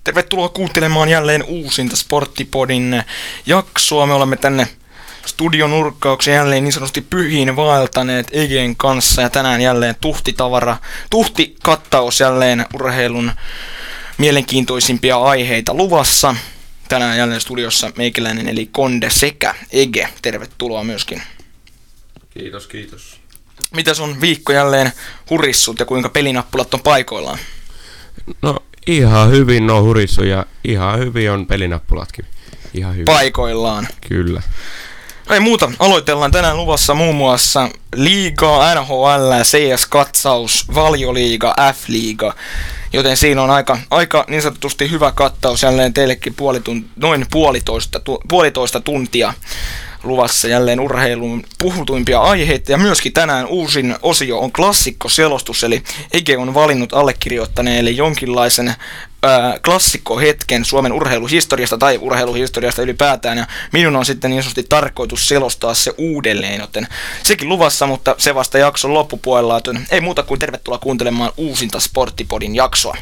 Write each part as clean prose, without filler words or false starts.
Tervetuloa kuuntelemaan jälleen uusinta Sporttipodin jaksoa. Me olemme tänne studionurkkauksen jälleen niin sanotusti pyhiin vaeltaneet Egen kanssa. Ja tänään jälleen tuhtikattaus jälleen urheilun mielenkiintoisimpia aiheita luvassa. Tänään jälleen studiossa meikäläinen eli Konde sekä Ege. Tervetuloa myöskin. Kiitos, kiitos. Mitäs on viikko jälleen hurissut ja kuinka pelinappulat on paikoillaan? No ihan hyvin on hurissu ja ihan hyvin on pelinappulatkin. Ihan hyvin. Paikoillaan. Kyllä. Ei muuta, aloitellaan tänään luvassa muun muassa liigaa, NHL, CS-katsaus, Valioliiga, F-liiga. Joten siinä on aika niin sanotusti hyvä kattaus jälleen teillekin noin puolitoista tuntia luvassa jälleen urheilun puhutuimpia aiheita. Ja myöskin tänään uusin osio on klassikkoselostus, eli Ege on valinnut allekirjoittaneelle jonkinlaisen klassikkohetken Suomen urheiluhistoriasta tai urheiluhistoriasta ylipäätään, ja minun on sitten niin sanotusti tarkoitus selostaa se uudelleen, joten sekin luvassa, mutta se vasta jakson loppupuolella, joten ei muuta kuin tervetuloa kuuntelemaan uusinta Sporttipodin jaksoa.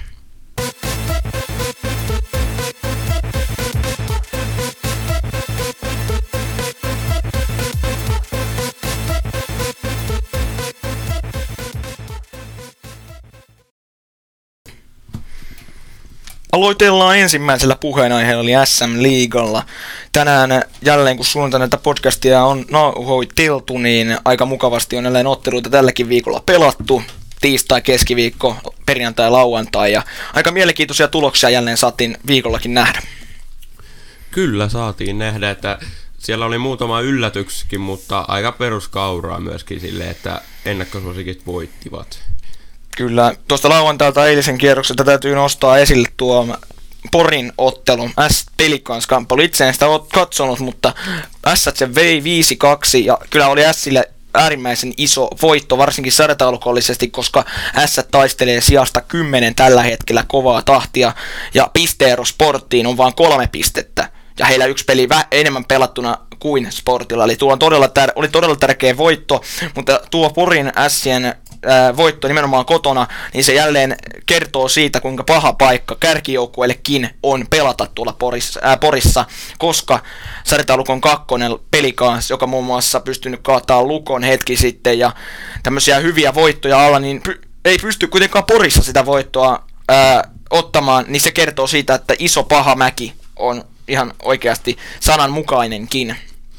Aloitellaan ensimmäisellä puheenaiheella eli SM-liigalla. Tänään jälleen kun suuntaan näitä podcastia on nauhoiteltu, niin aika mukavasti on jälleen otteluita tälläkin viikolla pelattu. Tiistai, keskiviikko, perjantai, lauantai ja aika mielenkiintoisia tuloksia jälleen saatiin viikollakin nähdä. Kyllä saatiin nähdä, että siellä oli muutama yllätyksikin, mutta aika peruskauraa myöskin silleen, että ennakkosuosikit voittivat. Kyllä, tuosta lauantailta eilisen kierrokselta täytyy nostaa esille tuo Porin ottelu, S-Pelikans-kamppailu. Itse en sitä ole katsonut, mutta S se vei 5-2 ja kyllä oli Sille äärimmäisen iso voitto, varsinkin sarjataulukollisesti, koska S taistelee sijasta 10 tällä hetkellä kovaa tahtia ja pisteero Sporttiin on vain 3 pistettä ja heillä yksi peli enemmän pelattuna kuin Sportilla, eli tuo oli todella tärkeä voitto, mutta tuo Porin Sien voitto nimenomaan kotona, niin se jälleen kertoo siitä, kuinka paha paikka kärkijoukkueellekin on pelata tuolla Porissa, koska sarjataulukon kakkonen Pelikans, joka muun muassa pystynyt kaataa Lukon hetki sitten ja tämmöisiä hyviä voittoja alla, niin ei pysty kuitenkaan Porissa sitä voittoa ottamaan, niin se kertoo siitä, että iso paha mäki on ihan oikeasti sananmukainenkin.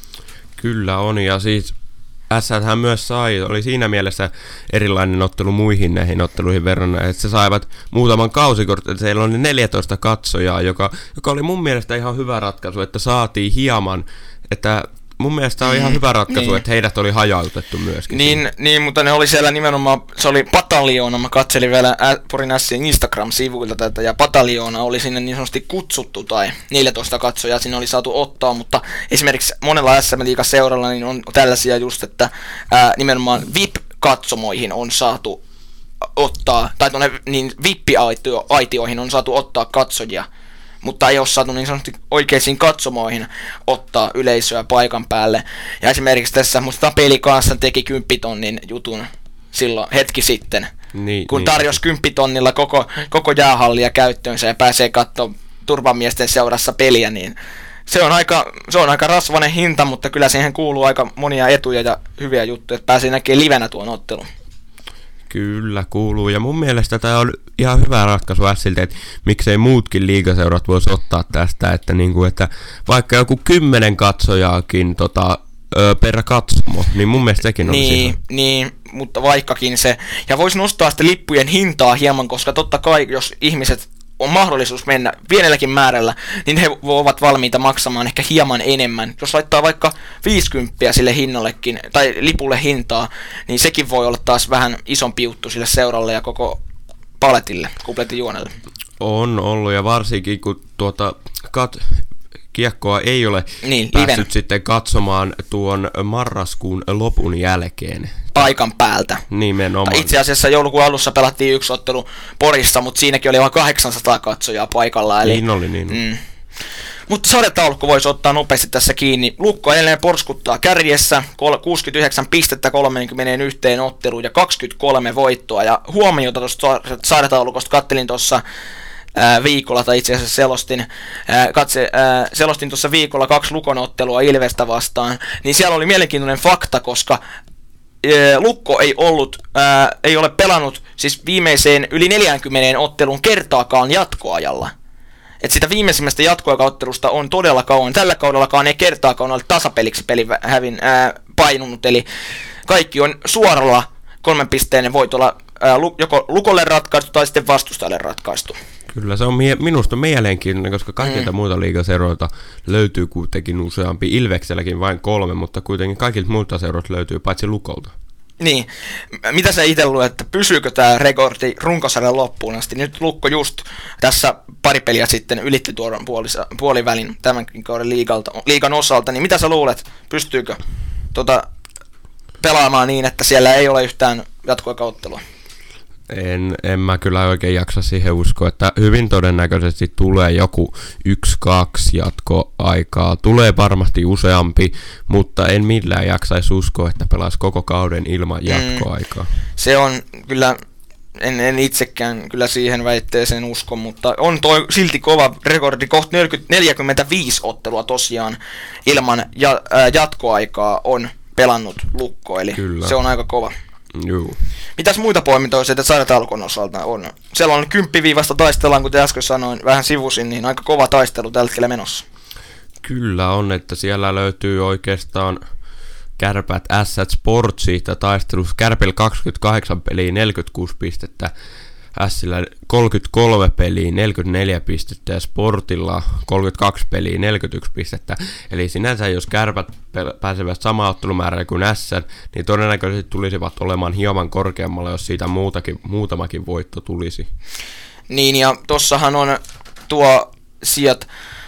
Kyllä on, ja siis Ässäthän myös oli siinä mielessä erilainen ottelu muihin näihin otteluihin verran, että se saivat muutaman kausikortin, että siellä oli 14 katsojaa, joka oli mun mielestä ihan hyvä ratkaisu, että saatiin hieman, että mun mielestä on ihan hyvä ratkaisu, että heidät oli hajautettu myöskin. Niin, mutta ne oli siellä nimenomaan, se oli Pataljoona, mä katselin vielä Porin Sien Instagram-sivuilta tätä, ja Pataljoona oli sinne niin sanotusti kutsuttu, tai 14 katsojaa sinne oli saatu ottaa, mutta esimerkiksi monella SM-liigan seuralla niin on tällaisia just, että nimenomaan VIP-katsomoihin on saatu ottaa, tai tuonne niin VIP-aitioihin on saatu ottaa katsojia, mutta ei ole saatu niin sanotusti oikeisiin katsomoihin ottaa yleisöä paikan päälle. Ja esimerkiksi tässä musta Pelikans teki 10 tonnin jutun silloin hetki sitten, kun tarjosi 10 tonnilla koko jäähallia käyttöönsä ja pääsee katsomaan turvamiesten seurassa peliä, niin se on aika rasvainen hinta, mutta kyllä siihen kuuluu aika monia etuja ja hyviä juttuja, että pääsee näkemään livenä tuon ottelun. Kyllä kuuluu, ja mun mielestä tämä on ihan hyvä ratkaisu Siltä, että miksei muutkin liigaseurat voisi ottaa tästä, että vaikka joku 10 katsojaakin per katsomo, niin mun mielestä sekin on Niin, mutta vaikkakin se, ja voisi nostaa sitä lippujen hintaa hieman, koska totta kai jos ihmiset on mahdollisuus mennä pienelläkin määrällä, niin he ovat valmiita maksamaan ehkä hieman enemmän. Jos laittaa vaikka 50 sille hinnallekin, tai lipulle hintaa, niin sekin voi olla taas vähän isompi juttu sille seuralle ja koko paletille, kuplettijuonelle. On ollut, ja varsinkin kun kiekkoa ei ole päässyt sitten katsomaan tuon marraskuun lopun jälkeen. Paikan päältä. Nimenomaan. Itse asiassa joulukuun alussa pelattiin yksi ottelu Porissa, mutta siinäkin oli vain 800 katsojaa paikalla. Eli, niin oli. Mutta sarjataulukko voisi ottaa nopeasti tässä kiinni. Lukko edelleen porskuttaa kärjessä, 69 pistettä 31 otteluun ja 23 voittoa. Ja huomiota tuosta sarjataulukosta kattelin tuossa viikolla, tai itse asiassa selostin tuossa viikolla 2 Lukon ottelua Ilvestä vastaan, niin siellä oli mielenkiintoinen fakta, koska Lukko ei ole pelannut siis viimeiseen yli 40 ottelun kertaakaan jatkoajalla. Että sitä viimeisimmästä jatkoaikaottelusta on todella kauan. Tällä kaudellakaan ei kertaakaan ole tasapeliksi painunut, eli kaikki on suoralla 3 pisteen voitolla joko Lukolle ratkaistu tai sitten vastustajalle ratkaistu. Kyllä se on minusta mielenkiintoinen, koska kaikilta muilta liigaseuroilta löytyy kuitenkin useampi. Ilvekselläkin vain 3, mutta kuitenkin kaikilta muilta seuroilta löytyy paitsi Lukolta. Niin. Mitä sä itse luulet, että pysyykö tämä rekordi runkosarjan loppuun asti? Nyt Lukko just tässä pari peliä sitten ylitti tuon puolivälin tämänkin kauden liigan osalta, niin mitä sä luulet, pystyykö pelaamaan niin, että siellä ei ole yhtään jatkoaikaottelua? En mä kyllä oikein jaksa siihen uskoa, että hyvin todennäköisesti tulee joku 1-2 jatkoaikaa. Tulee varmasti useampi, mutta en millään jaksaisi uskoa, että pelaisi koko kauden ilman jatkoaikaa. Se on kyllä, en itsekään kyllä siihen väitteeseen usko, mutta on toi silti kova rekordi, kohta 45 ottelua tosiaan ilman jatkoaikaa on pelannut Lukko, eli kyllä. Se on aika kova. Juu. Mitäs muita poimintoja sieltä sarjatalkon osalta on? Siellä on 10-viivasta taistellaan, kuten äsken sanoin, vähän sivusin, niin aika kova taistelu tällä hetkellä menossa. Kyllä on, että siellä löytyy oikeastaan Kärpät Ässät Sport siitä taistelussa. Kärpillä 28 peliä, 46 pistettä. Ässillä 33 peliä, 44 pistettä ja Sportilla 32 peliä, 41 pistettä. Eli sinänsä jos Kärpät pääsevät samaan ottelumäärään kuin Ässät, niin todennäköisesti tulisivat olemaan hieman korkeammalla, jos siitä muutamakin voitto tulisi. Niin, ja tossahan on tuo sijat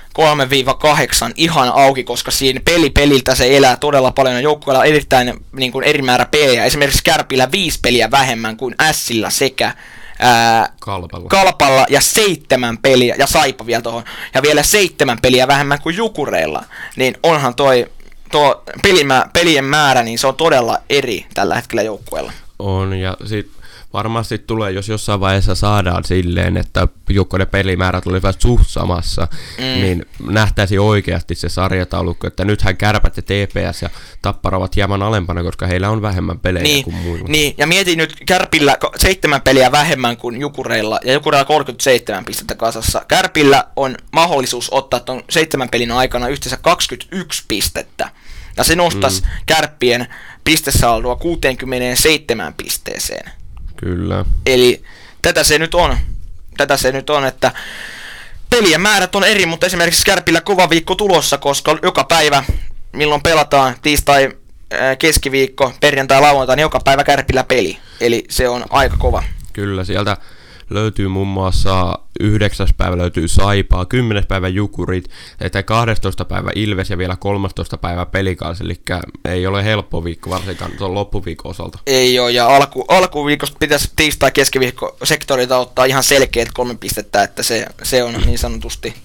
3-8 ihan auki, koska siinä peliltä se elää todella paljon ja joukkueella on erittäin niin kuin eri määrä pelejä. Esimerkiksi Kärpillä 5 peliä vähemmän kuin Ässillä sekä Kalpalla ja 7 peliä, ja Saipa vielä tuohon, ja vielä 7 peliä vähemmän kuin Jukureilla, niin onhan tuo pelien määrä, niin se on todella eri tällä hetkellä joukkueella. On, ja sitten varmasti tulee, jos jossain vaiheessa saadaan silleen, että joukkueiden pelimäärät olivat suht samassa, niin nähtäisi oikeasti se sarjataulukko, että nythän Kärpät ja TPS ja Tappara ovat hieman alempana, koska heillä on vähemmän pelejä kuin muilla. Niin, ja mietin nyt Kärpillä 7 peliä vähemmän kuin Jukureilla, ja Jukureilla 37 pistettä kasassa. Kärpillä on mahdollisuus ottaa tuon 7 pelin aikana yhteensä 21 pistettä, ja se nostaisi Kärppien pistesaldua 67 pisteeseen. Kyllä. Eli tätä se nyt on, että pelien määrät on eri, mutta esimerkiksi Kärpillä kova viikko tulossa, koska joka päivä, milloin pelataan tiistai, keskiviikko, perjantai, lauantai, niin joka päivä Kärpillä peli. Eli se on aika kova. Kyllä, sieltä löytyy muun muassa 9. päivä löytyy Saipaa, 10. päivä Jukurit, että 12. päivä Ilves ja vielä 13. päivä Pelikans, eli ei ole helppo viikko varsinkaan tuon loppuviikon osalta. Ei ole, ja alkuviikosta pitäisi tiistai keskiviikko sektorilta ottaa ihan selkeät 3 pistettä, että se on niin sanotusti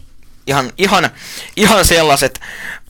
ihan sellaiset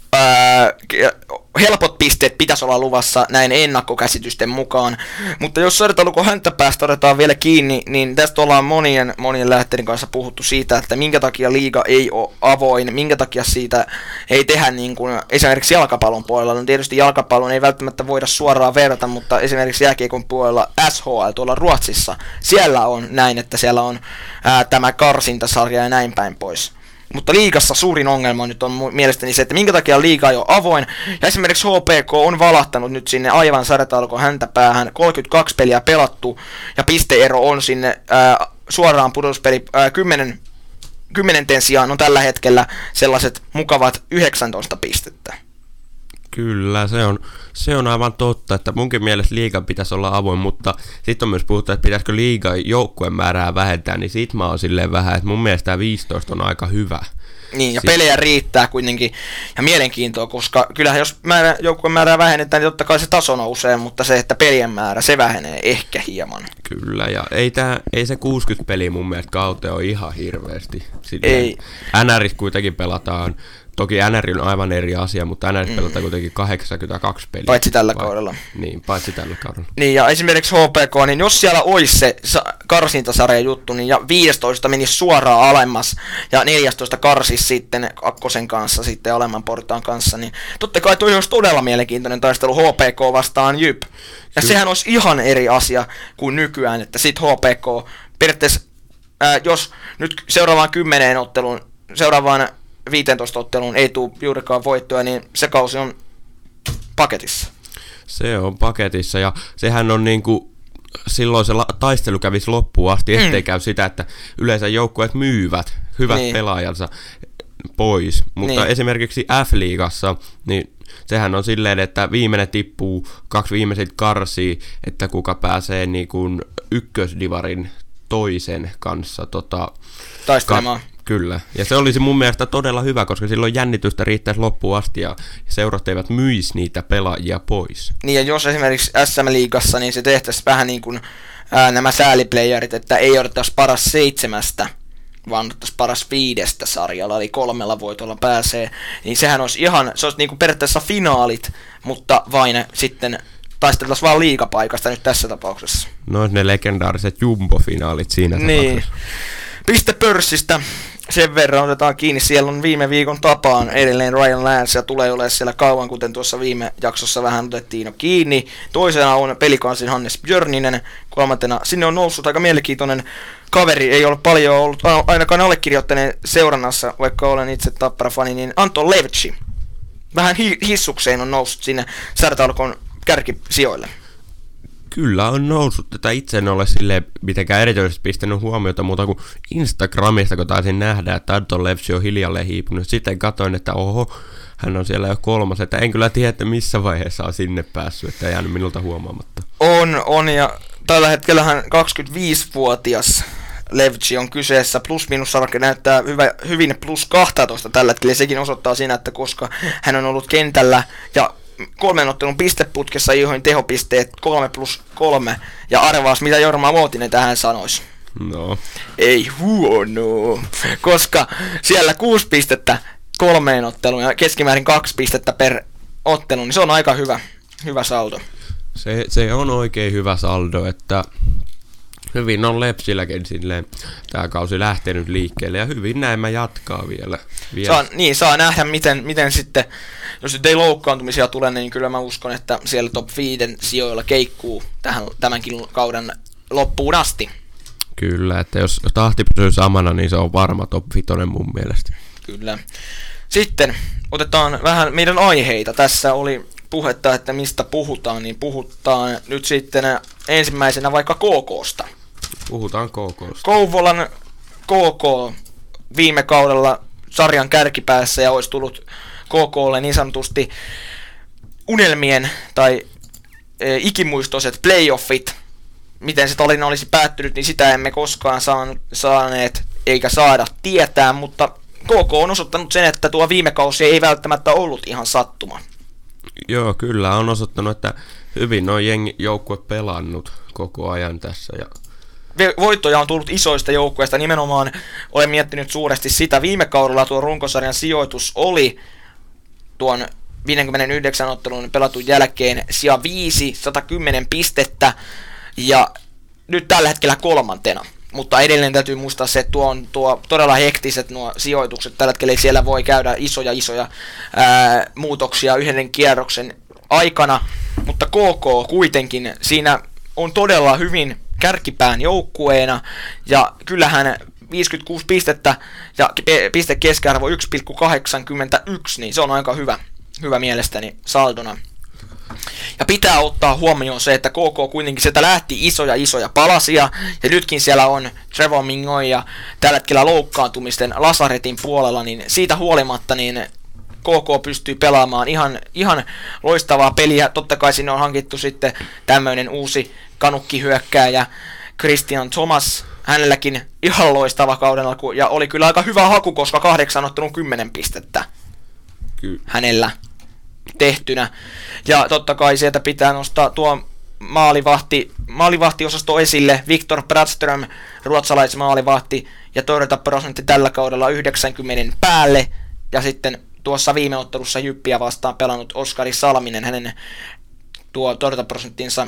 helpot pisteet pitäisi olla luvassa näin ennakkokäsitysten mukaan, mutta jos sarjataulukon häntäpäästä otetaan vielä kiinni, niin tästä ollaan monien lähteiden kanssa puhuttu siitä, että minkä takia liiga ei ole avoin, minkä takia siitä ei tehdä niin kuin esimerkiksi jalkapallon puolella. No tietysti jalkapallon ei välttämättä voida suoraan verrata, mutta esimerkiksi jääkiekon puolella SHL tuolla Ruotsissa, siellä on näin, että siellä on tämä karsintasarja ja näin päin pois. Mutta liigassa suurin ongelma nyt on mielestäni se, että minkä takia liiga ei ole avoin. Ja esimerkiksi HPK on valahtanut nyt sinne aivan sarjataulukon häntäpäähän. 32 peliä pelattu ja pisteero on sinne suoraan pudotuspeli 10 sijaan on tällä hetkellä sellaiset mukavat 19 pistettä. Kyllä, se on aivan totta, että munkin mielestä liigan pitäisi olla avoin, mutta sitten on myös puhuttu, että pitäisikö liigan joukkueen määrää vähentää, niin sit mä oon silleen vähän, että mun mielestä 15 on aika hyvä. Niin, ja pelejä riittää kuitenkin, ja mielenkiintoa, koska kyllähän jos joukkueen määrää vähennetään, niin totta kai se taso nousee, mutta se, että pelien määrä, se vähenee ehkä hieman. Kyllä, ja ei se 60 peliä mun mielestä kautta ole ihan hirveästi. Ei. NRissä kuitenkin pelataan, toki NR on aivan eri asia, mutta NRissä pelataan kuitenkin 82 peliä. Paitsi tällä kaudella. Niin, paitsi tällä kaudella. Niin, ja esimerkiksi HPK, niin jos siellä olisi se karsintasarjan juttu, niin ja 15 menisi suoraan alemmas, ja 14 karsis sitten kakkosen kanssa, sitten alemman portaan kanssa, niin totta kai toi olisi todella mielenkiintoinen taistelu HPK vastaan Jyp. Ja sehän olisi ihan eri asia kuin nykyään, että sit HPK periaatteessa, jos nyt seuraavaan 10 otteluun, seuraavaan 15 otteluun ei tule juurikaan voittoa, niin se kausi on paketissa. Se on paketissa, ja sehän on niinku, silloin se taistelu kävisi loppuun asti, ettei käy sitä, että yleensä joukkueet myyvät hyvät pelaajansa pois, mutta esimerkiksi F-liigassa, niin sehän on silleen, että viimeinen tippuu, 2 viimeiset karsii, että kuka pääsee niinku ykkösdivarin toisen kanssa taistelemaan. Kyllä, ja se olisi mun mielestä todella hyvä, koska silloin jännitystä riittäisi loppuun asti ja seurat eivät myisi niitä pelaajia pois. Niin, ja jos esimerkiksi SM-liigassa, niin se tehtäisiin vähän niin kuin nämä sääliplayerit, että ei odottaisi paras 7, vaan odottaisi paras 5 sarjalla, eli 3 voitolla pääsee, niin sehän olisi se olisi niin kuin periaatteessa finaalit, mutta vain sitten taisteltaisiin vaan liigapaikasta nyt tässä tapauksessa. No ne legendaariset jumbo-finaalit siinä tapauksessa. Pistepörssistä sen verran otetaan kiinni. Siellä on viime viikon tapaan edelleen Ryan Lance ja tulee olemaan siellä kauan, kuten tuossa viime jaksossa vähän otettiin jo kiinni. Toisena on Pelicansin Hannes Björninen. Kolmantena sinne on noussut aika mielenkiintoinen kaveri. Ei ole paljon ollut ainakaan allekirjoittaneen seurannassa, vaikka olen itse Tappara-fani, niin Anton Levci. Vähän hissukseen on noussut sinne sarjataulukon kärkisijoille. Kyllä on noussut, tätä itse en ole silleen mitenkään erityisesti pistänyt huomiota muuta kuin Instagramista, kun taisin nähdä, että Anton Levci on hiljalleen hiipunut. Sitten katsoin, että oho, hän on siellä jo 3, että en kyllä tiedä, että missä vaiheessa on sinne päässyt, että ei jäänyt minulta huomaamatta. On, ja tällä hetkellä hän 25-vuotias Levci on kyseessä, plus-minus-sarke näyttää hyvin plus 12 tällä hetkellä, sekin osoittaa siinä, että koska hän on ollut kentällä ja 3 ottelun pisteputkessa, joihin tehopisteet 3+3, ja arvaas mitä Jorma Muotinen tähän sanoisi. No. Ei huono, koska siellä 6 pistettä 3 otteluun ja keskimäärin 2 pistettä per ottelu, niin se on aika hyvä saldo. Se on oikein hyvä saldo, että hyvin on Lepsilläkin silleen tämä kausi lähtenyt liikkeelle ja hyvin näin jatkaa vielä. Saa nähdä miten sitten, jos nyt ei loukkaantumisia tule, niin kyllä mä uskon, että siellä top 5 sijoilla keikkuu tämänkin kauden loppuun asti. Kyllä, että jos tahti pysyy samana, niin se on varma top 5 mun mielestä. Kyllä. Sitten otetaan vähän meidän aiheita. Tässä oli puhetta, että mistä puhutaan, niin puhutaan nyt sitten ensimmäisenä vaikka KK:sta. Puhutaan KK:sta. Kouvolan KK viime kaudella sarjan kärkipäässä ja olisi tullut KK:lle niin sanotusti unelmien tai ikimuistoiset playoffit. Miten se tarina olisi päättynyt, niin sitä emme koskaan saaneet eikä saada tietää, mutta KK on osoittanut sen, että tuo viime kausi ei välttämättä ollut ihan sattuma. Joo, kyllä on osoittanut, että hyvin on joukkue pelannut koko ajan tässä. Ja voittoja on tullut isoista joukkueista, nimenomaan olen miettinyt suuresti sitä. Viime kaudella tuo runkosarjan sijoitus oli tuon 59 ottelun pelatun jälkeen sija 5, 110 pistettä ja nyt tällä hetkellä 3. Mutta edelleen täytyy muistaa se, että tuo todella hektiset nuo sijoitukset. Tällä hetkellä siellä voi käydä isoja muutoksia yhden kierroksen aikana, mutta KK kuitenkin siinä on todella hyvin kärkipään joukkueena, ja kyllähän 56 pistettä ja pistekeskiarvo 1,81, niin se on aika hyvä mielestäni saldona. Ja pitää ottaa huomioon se, että KK kuitenkin sieltä lähti isoja palasia, ja nytkin siellä on Trevor Mingoy ja tällä hetkellä loukkaantumisten lasaretin puolella, niin siitä huolimatta niin KK pystyy pelaamaan ihan loistavaa peliä. Totta kai sinne on hankittu sitten tämmöinen uusi kanukkihyökkääjä Christian Thomas, hänelläkin ihan loistava kauden alku, ja oli kyllä aika hyvä haku, koska 8 ottanut 10 pistettä hänellä tehtynä. Ja totta kai sieltä pitää nostaa tuo maalivahtiosasto esille, Viktor Brattström, ruotsalaismaalivahti, ja torjuntaprosentti tällä kaudella 90 päälle, ja sitten tuossa viime ottelussa Jyppiä vastaan pelannut Oskari Salminen, hänen tuo torjuntaprosenttinsa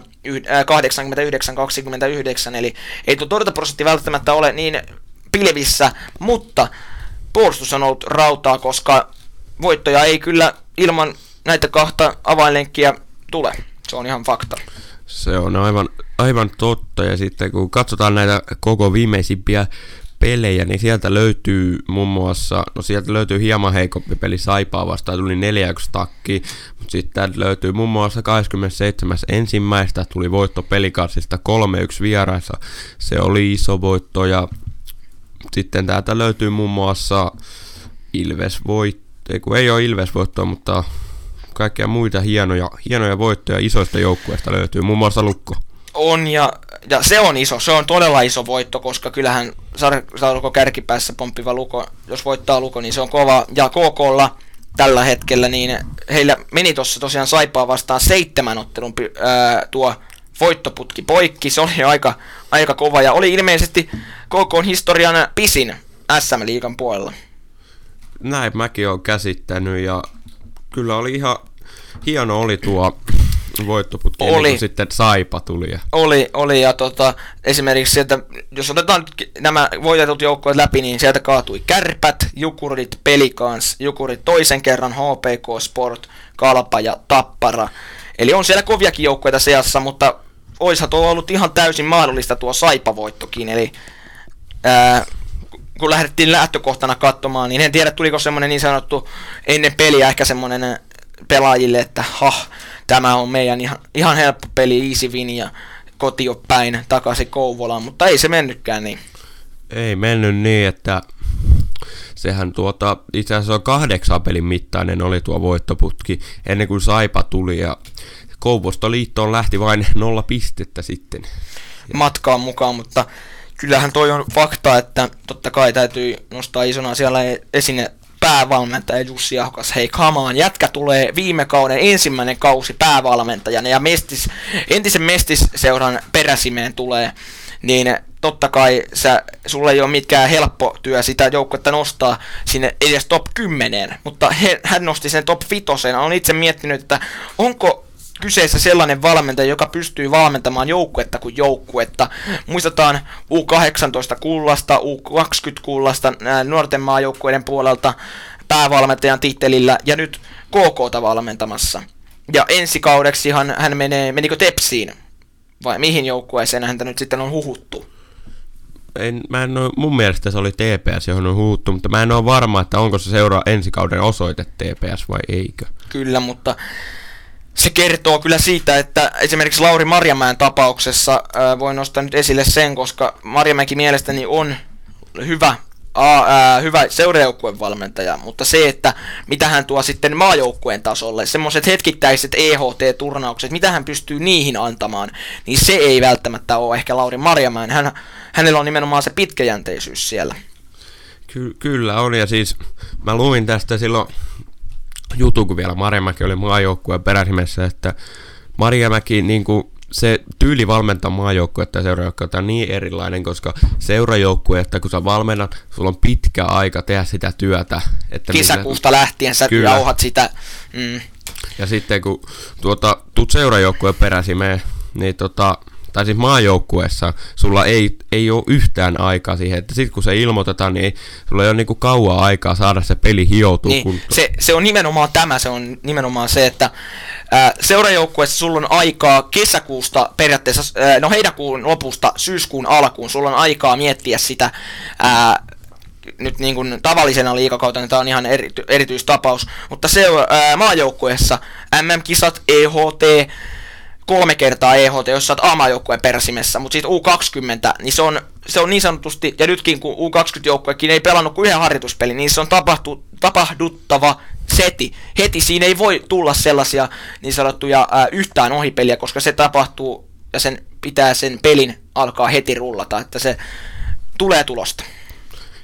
89-29, eli ei tuo torjuntaprosentti välttämättä ole niin pilvissä, mutta puolustus on ollut rautaa, koska voittoja ei kyllä ilman näitä kahta avainlenkkiä tule. Se on ihan fakta. Se on aivan totta, ja sitten kun katsotaan näitä koko viimeisimpiä pelejä, niin sieltä löytyy muun muassa, sieltä löytyy hieman heikompi peli Saipaa vastaan, tuli 4-1 takki, mutta sitten löytyy muun muassa 27.1. tuli voitto Pelikansista 3-1 vieraissa, se oli iso voitto, ja sitten täältä löytyy muun muassa ei ole Ilves-voittoa, mutta kaikkia muita hienoja voittoja isoista joukkueista löytyy, muun muassa Lukko. On, ja se on iso, se on todella iso voitto, koska kyllähän Sarko kärkipäässä pomppiva Lukko, jos voittaa Lukko, niin se on kova. Ja KK:lla tällä hetkellä, niin heillä meni tuossa tosiaan Saipaa vastaan 7 ottelun tuo voittoputki poikki, se oli aika kova, ja oli ilmeisesti KK:n historian pisin SM-liigan puolella. Näin mäkin olen käsittänyt, ja kyllä oli ihan hieno oli tuo voittoputki, ennen kuin sitten Saipa tuli. Oli ja esimerkiksi sieltä, jos otetaan nämä voitetut joukkueet läpi, niin sieltä kaatui Kärpät, Jukurit, Pelikans, Jukurit toisen kerran, HPK Sport, Kalpa ja Tappara. Eli on siellä koviakin joukkueita seassa, mutta oishan tuo ollut ihan täysin mahdollista tuo Saipa-voittokin, eli kun lähdettiin lähtökohtana katsomaan, niin en tiedä tuliko semmoinen niin sanottu ennen peliä ehkä semmoinen pelaajille, että tämä on meidän ihan helppo peli, easy win ja kotio päin takaisin Kouvolaan, mutta ei se mennytkään niin. Ei mennyt niin, että sehän itse asiassa on 8 pelin mittainen oli tuo voittoputki ennen kuin Saipa tuli, ja Kouvostoliittoon lähti vain 0 pistettä sitten matkaan mukaan, mutta kyllähän toi on fakta, että totta kai täytyy nostaa isona siellä esine päävalmentaja Jussi Ahokas. Hei, come on, jätkä tulee viime kauden ensimmäinen kausi päävalmentajana ja entisen Mestis-seuran peräsimeen tulee, niin totta kai sulla ei ole mikään helppo työ sitä joukkuetta nostaa sinne edes top 10, mutta hän nosti sen top 5. Olen itse miettinyt, että onko kyseessä sellainen valmentaja, joka pystyy valmentamaan joukkuetta kuin joukkuetta. Muistetaan U18 kullasta, U20 kullasta nuorten maajoukkueiden puolelta päävalmentajan tittelillä ja nyt KK:ta valmentamassa. Ja ensi kaudeksihan hän menikö Tepsiin? Vai mihin joukkueeseen häntä nyt sitten on huhuttu? Mun mielestä se oli TPS, johon on huuttu, mutta mä en ole varma, että onko se seuraa ensi kauden osoite TPS vai eikö. Kyllä, mutta se kertoo kyllä siitä, että esimerkiksi Lauri Marjamäen tapauksessa voin nostaa nyt esille sen, koska Marjamäki mielestäni on hyvä seurajoukkueen valmentaja, mutta se, että mitä hän tuo sitten maajoukkueen tasolle, semmoiset hetkittäiset EHT-turnaukset, mitä hän pystyy niihin antamaan, niin se ei välttämättä ole ehkä Lauri Marjamäen. Hänellä on nimenomaan se pitkäjänteisyys siellä. Kyllä on, ja siis mä luin tästä silloin jutun, kun vielä Marjamäki oli maajoukkueen peräsimessä, että Marjamäki niinku se tyyli valmentaa maajoukkuetta ja seurajoukkuetta on niin erilainen, koska seurajoukkuetta, kun sä valmennat, sulla on pitkä aika tehdä sitä työtä. Että kesäkuusta lähtien sä jauhat sitä. Ja sitten kun tuut seurajoukkueen peräsimeen, niin tai siis maajoukkueessa sulla ei ole yhtään aikaa siihen, että sitten kun se ilmoitetaan, niin sulla ei ole niinku kauan aikaa saada se peli hioutua niin, kuntoon. Se on nimenomaan se on nimenomaan se, että seurajoukkueessa sulla on aikaa kesäkuusta periaatteessa, heinäkuun lopusta syyskuun alkuun, sulla on aikaa miettiä sitä, nyt niin kuin tavallisena liigakautena tämä on ihan erityistapaus, mutta maajoukkueessa MM-kisat, EHT, 3 kertaa EHT, jos sä oot A-maajoukkueen peräsimessä, mutta sitten U20, niin se on niin sanotusti, ja nytkin kun U20-joukkuekin ei pelannut kuin yhden harjoituspelin, niin se on tapahduttava seti. Heti siinä ei voi tulla sellaisia niin sanottuja yhtään ohipeliä, koska se tapahtuu ja sen pelin alkaa heti rullata, että se tulee tulosta.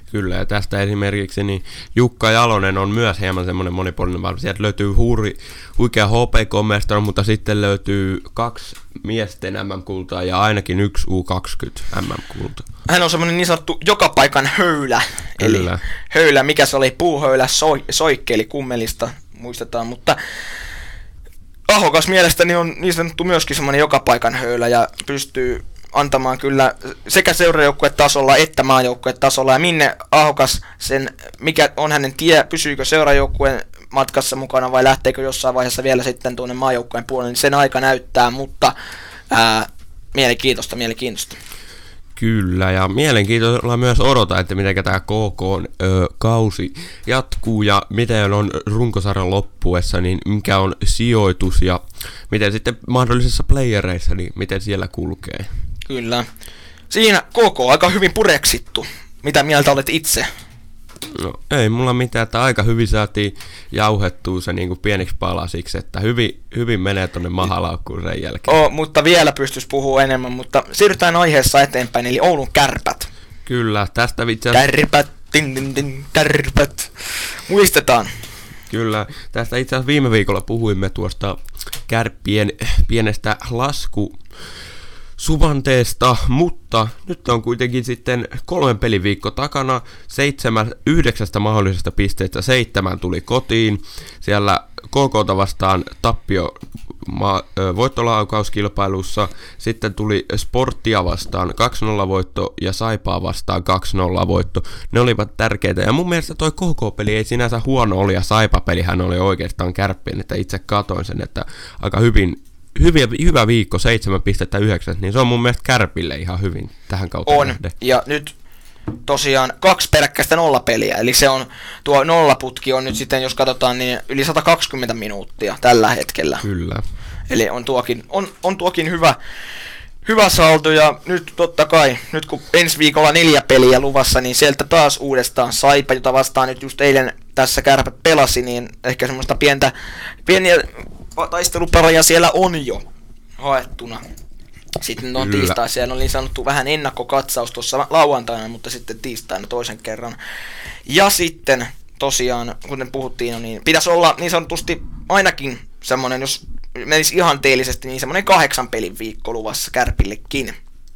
Kyllä, ja tästä esimerkiksi niin Jukka Jalonen on myös hieman semmoinen monipuolinen valmentaja. Sieltä löytyy huikea HPK-mestari, mutta sitten löytyy 2 miesten MM-kultaa ja ainakin 1 U20 MM-kulta. Hän on semmoinen niin sanottu joka paikan höylä. Kyllä. Eli höylä, mikä se oli, puuhöylä, soikkeli kummelista, muistetaan, mutta Ahokas mielestäni on niin sanottu myöskin semmoinen joka paikan höylä ja pystyy antamaan kyllä sekä seurajoukkuetasolla että maajoukkuetasolla. Ja minne Ahokas, mikä on hänen tie, pysyykö seurajoukkueen matkassa mukana vai lähteekö jossain vaiheessa vielä sitten tuonne maajoukkueen puolelle, niin sen aika näyttää, mutta mielenkiintoista. Kyllä, ja mielenkiintoisella myös odota, että miten tämä KK-kausi jatkuu ja miten on runkosarjan loppuessa, niin mikä on sijoitus ja miten sitten mahdollisissa playereissa, niin miten siellä kulkee. Kyllä. Siinä KK on aika hyvin pureksittu. Mitä mieltä olet itse? No, ei mulla mitään, että aika hyvin saatiin jauhettua se niin kuin pieniksi palasiksi, että hyvin menee tonne mahalaukkuun sen jälkeen. Mutta vielä pystyisi puhua enemmän, mutta siirrytään aiheessa eteenpäin, eli Oulun Kärpät. Kyllä, tästä vitsi. Kärpät, Kärpät. Muistetaan. Kyllä, tästä itse asiassa viime viikolla puhuimme tuosta Kärppien pienestä suvanteesta, mutta nyt on kuitenkin sitten 3 peliviikko takana, 9 mahdollisesta pisteestä 7 tuli kotiin, siellä KK:ta vastaan tappio voittolaukauskilpailussa, sitten tuli Sporttia vastaan 2-0 voitto ja Saipaa vastaan 2-0 voitto, ne olivat tärkeitä ja mun mielestä toi KK-peli ei sinänsä huono oli ja Saipa-pelihän oli oikeastaan Kärppien, että itse katoin sen, että aika hyvä viikko, 7,9, niin se on mun mielestä Kärpille ihan hyvin tähän kautta on, nähden. Ja nyt tosiaan 2 peräkkäistä nollapeliä, eli se on, tuo nollaputki on nyt sitten, jos katsotaan, niin yli 120 minuuttia tällä hetkellä. Kyllä. Eli on tuokin hyvä saldo, ja nyt totta kai, nyt kun ensi viikolla 4 peliä luvassa, niin sieltä taas uudestaan Saipa, jota vastaan nyt just eilen tässä Kärpät pelasi, niin ehkä semmoista pieniä taistelupareja siellä on jo haettuna. Sitten on tiistai, siellä on niin sanottu vähän ennakkokatsaus tuossa lauantaina, mutta sitten tiistaina toisen kerran. Ja sitten tosiaan, kuten puhuttiin, niin pitäisi olla niin sanotusti ainakin semmoinen, jos menisi ihanteellisesti, niin semmoinen 8 pelin viikko luvassa Kärpillekin.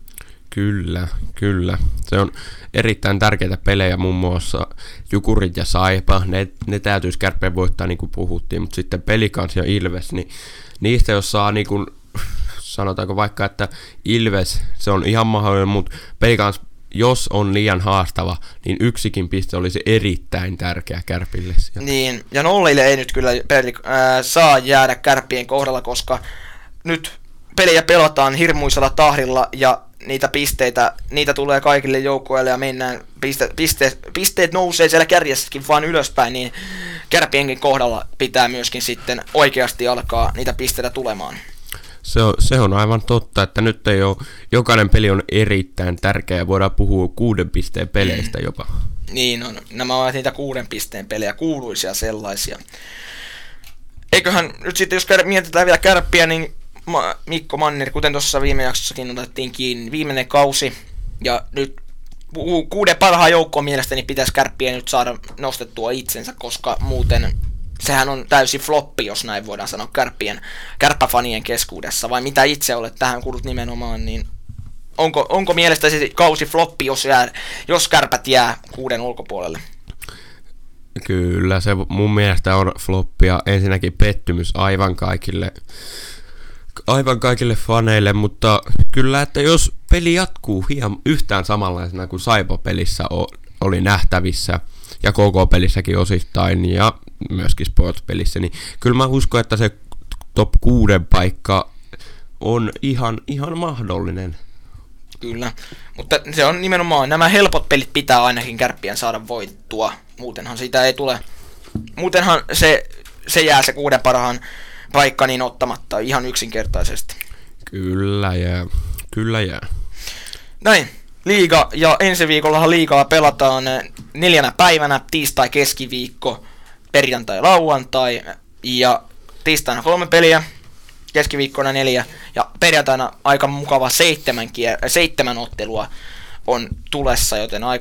Kyllä. Se on erittäin tärkeitä pelejä, muun muassa Jukurit ja Saipa, ne täytyisi Kärppien voittaa niin kuin puhuttiin, mutta sitten Pelikans ja Ilves, niin niistä jos saa niin kuin, sanotaanko vaikka, että Ilves, se on ihan mahdollinen, mutta Pelikans, jos on liian haastava, niin yksikin piste olisi erittäin tärkeä Kärpille. Niin, ja nollille ei nyt kyllä saa jäädä Kärppien kohdalla, koska nyt pelejä pelataan hirmuisella tahdilla ja niitä tulee kaikille joukkueille ja mennään, pisteet nousee siellä kärjessäkin vaan ylöspäin, niin Kärpienkin kohdalla pitää myöskin sitten oikeasti alkaa niitä pisteitä tulemaan. Se on aivan totta, että nyt ei ole, jokainen peli on erittäin tärkeä ja voidaan puhua 6 pisteen peleistä jopa. Niin on, nämä ovat niitä 6 pisteen pelejä, kuuluisia sellaisia. Eiköhän nyt sitten, jos mietitään vielä Kärppiä, niin Mikko Manner, kuten tuossa viime jaksossakin otettiin kiinni, viimeinen kausi, ja nyt 6 parhaan joukkoon mielestäni pitäisi Kärppiä nyt saada nostettua itsensä, koska muuten sehän on täysi floppi, jos näin voidaan sanoa kärppäfanien keskuudessa, vai mitä itse olet tähän kuullut nimenomaan, niin onko mielestäsi kausi floppi, jos Kärpät jää 6 ulkopuolelle? Kyllä, se mun mielestä on floppi ja ensinnäkin pettymys aivan kaikille faneille, mutta kyllä, että jos peli jatkuu yhtään samanlaisena kuin Saipa-pelissä oli nähtävissä, ja KK-pelissäkin osittain, ja myöskin Sports-pelissä, niin kyllä mä uskon, että se top 6 paikka on ihan mahdollinen. Kyllä, mutta se on nimenomaan, nämä helpot pelit pitää ainakin Kärppien saada voittua, muutenhan siitä ei tule, muutenhan se jää se 6 parhaan paikka niin ottamatta ihan yksinkertaisesti. Kyllä jää. Näin. Liiga, ja ensi viikollahan liigaa pelataan 4 päivänä, tiistai, keskiviikko, perjantai, lauantai, ja tiistaina 3 peliä, keskiviikkona 4, ja perjantaina aika mukava 7 ottelua on tulessa, joten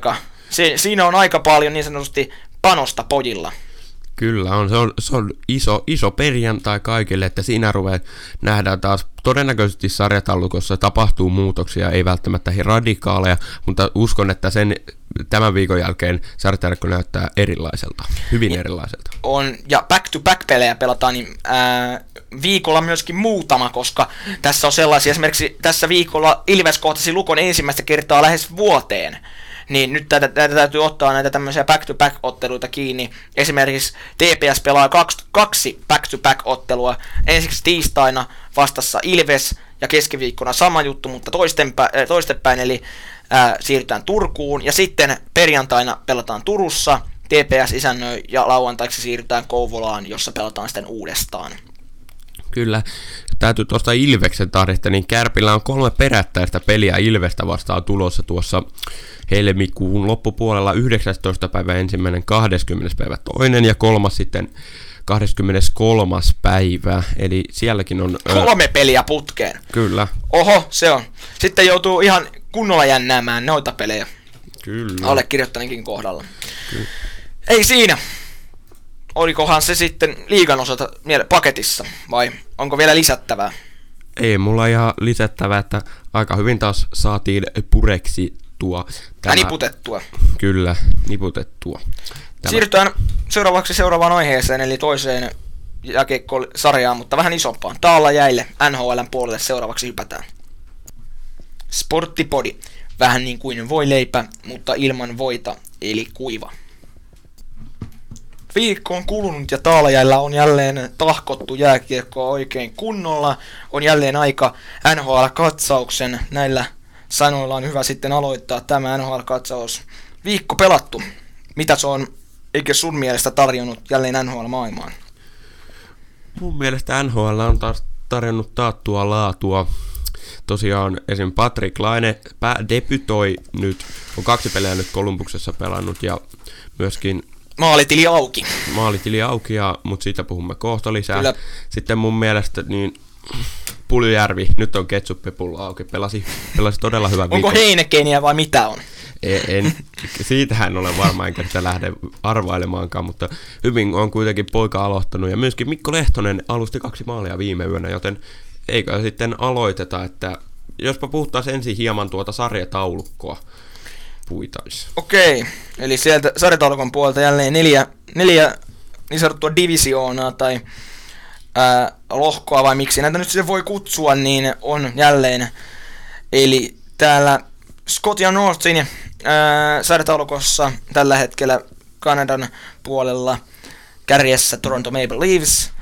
Siinä on aika paljon niin sanotusti panosta pojilla. Kyllä on. Se on iso perjantai kaikille, että siinä nähdään taas todennäköisesti sarjataulukossa tapahtuu muutoksia, ei välttämättä radikaaleja, mutta uskon, että tämän viikon jälkeen sarjataulukko näyttää erilaiselta, hyvin erilaiselta. Ja back-to-back-pelejä pelataan niin, viikolla myöskin muutama, koska tässä on sellaisia, esimerkiksi tässä viikolla Ilves kohtasi Lukon ensimmäistä kertaa lähes vuoteen. Niin nyt täytyy ottaa näitä tämmöisiä back-to-back-otteluita kiinni. Esimerkiksi TPS pelaa kaksi back-to-back-ottelua. Ensiksi tiistaina vastassa Ilves ja keskiviikkona sama juttu, mutta toistepäin, eli siirrytään Turkuun. Ja sitten perjantaina pelataan Turussa, TPS isännöi ja lauantaiksi siirrytään Kouvolaan, jossa pelataan sitten uudestaan. Kyllä, täytyy tuosta Ilveksen tahdista, niin Kärpillä on 3 perättäistä peliä Ilvestä vastaan tulossa tuossa helmikuun loppupuolella 19. päivä 1., 20. päivä 2. ja 3. sitten 23. päivä, eli sielläkin on 3 peliä putkeen. Kyllä. Oho, se on. Sitten joutuu ihan kunnolla jännäämään noita pelejä. Kyllä. Allekirjoittanenkin kohdalla. Kyllä. Ei siinä. Olikohan se sitten liigan osalta paketissa, vai onko vielä lisättävää? Ei mulla ihan lisättävää, että aika hyvin taas saatiin pureksittua. Niputettua. Kyllä, niputettua. Siirrytään seuraavaan aiheeseen, eli toiseen jääkiekkosarjaan, mutta vähän isompaan. Taalla jäille NHL:n puolelle seuraavaksi hypätään. Sporttipodi. Vähän niin kuin voileipä, mutta ilman voita, eli kuiva. Viikko on kulunut ja Taalajäillä on jälleen tahkottu jääkiekkoa oikein kunnolla. On jälleen aika NHL-katsauksen. Näillä sanoilla on hyvä sitten aloittaa tämä NHL-katsaus. Viikko pelattu. Mitä se on, eikö sun mielestä tarjonnut jälleen NHL-maailmaan? Mun mielestä NHL on taas tarjonnut taattua laatua. Tosiaan esim. Patrick Laine debytoi nyt, on 2 peliä nyt Columbuksessa pelannut ja myöskin Maalitili auki, mutta siitä puhumme kohta lisää. Kyllä. Sitten mun mielestä niin Puljujärvi, nyt on ketsuppipullo auki, pelasi todella hyvän viikon. Onko Heinekeniä vai mitä on? Siitähän olen varmaan, enkä sitä lähde arvailemaankaan, mutta hyvin on kuitenkin poika aloittanut. Ja myöskin Mikko Lehtonen alusti 2 maalia viime yönä, joten eikö sitten aloiteta, että jospa puhuttaisiin ensin hieman tuota sarjataulukkoa puitaisi. Okei, eli sieltä sarjataulukon puolelta jälleen neljä niin sanottua divisioonaa tai lohkoa, vai miksi näitä nyt se voi kutsua, niin on jälleen. Eli täällä Scott ja Northin sarjataulukossa tällä hetkellä Kanadan puolella kärjessä Toronto Maple Leafs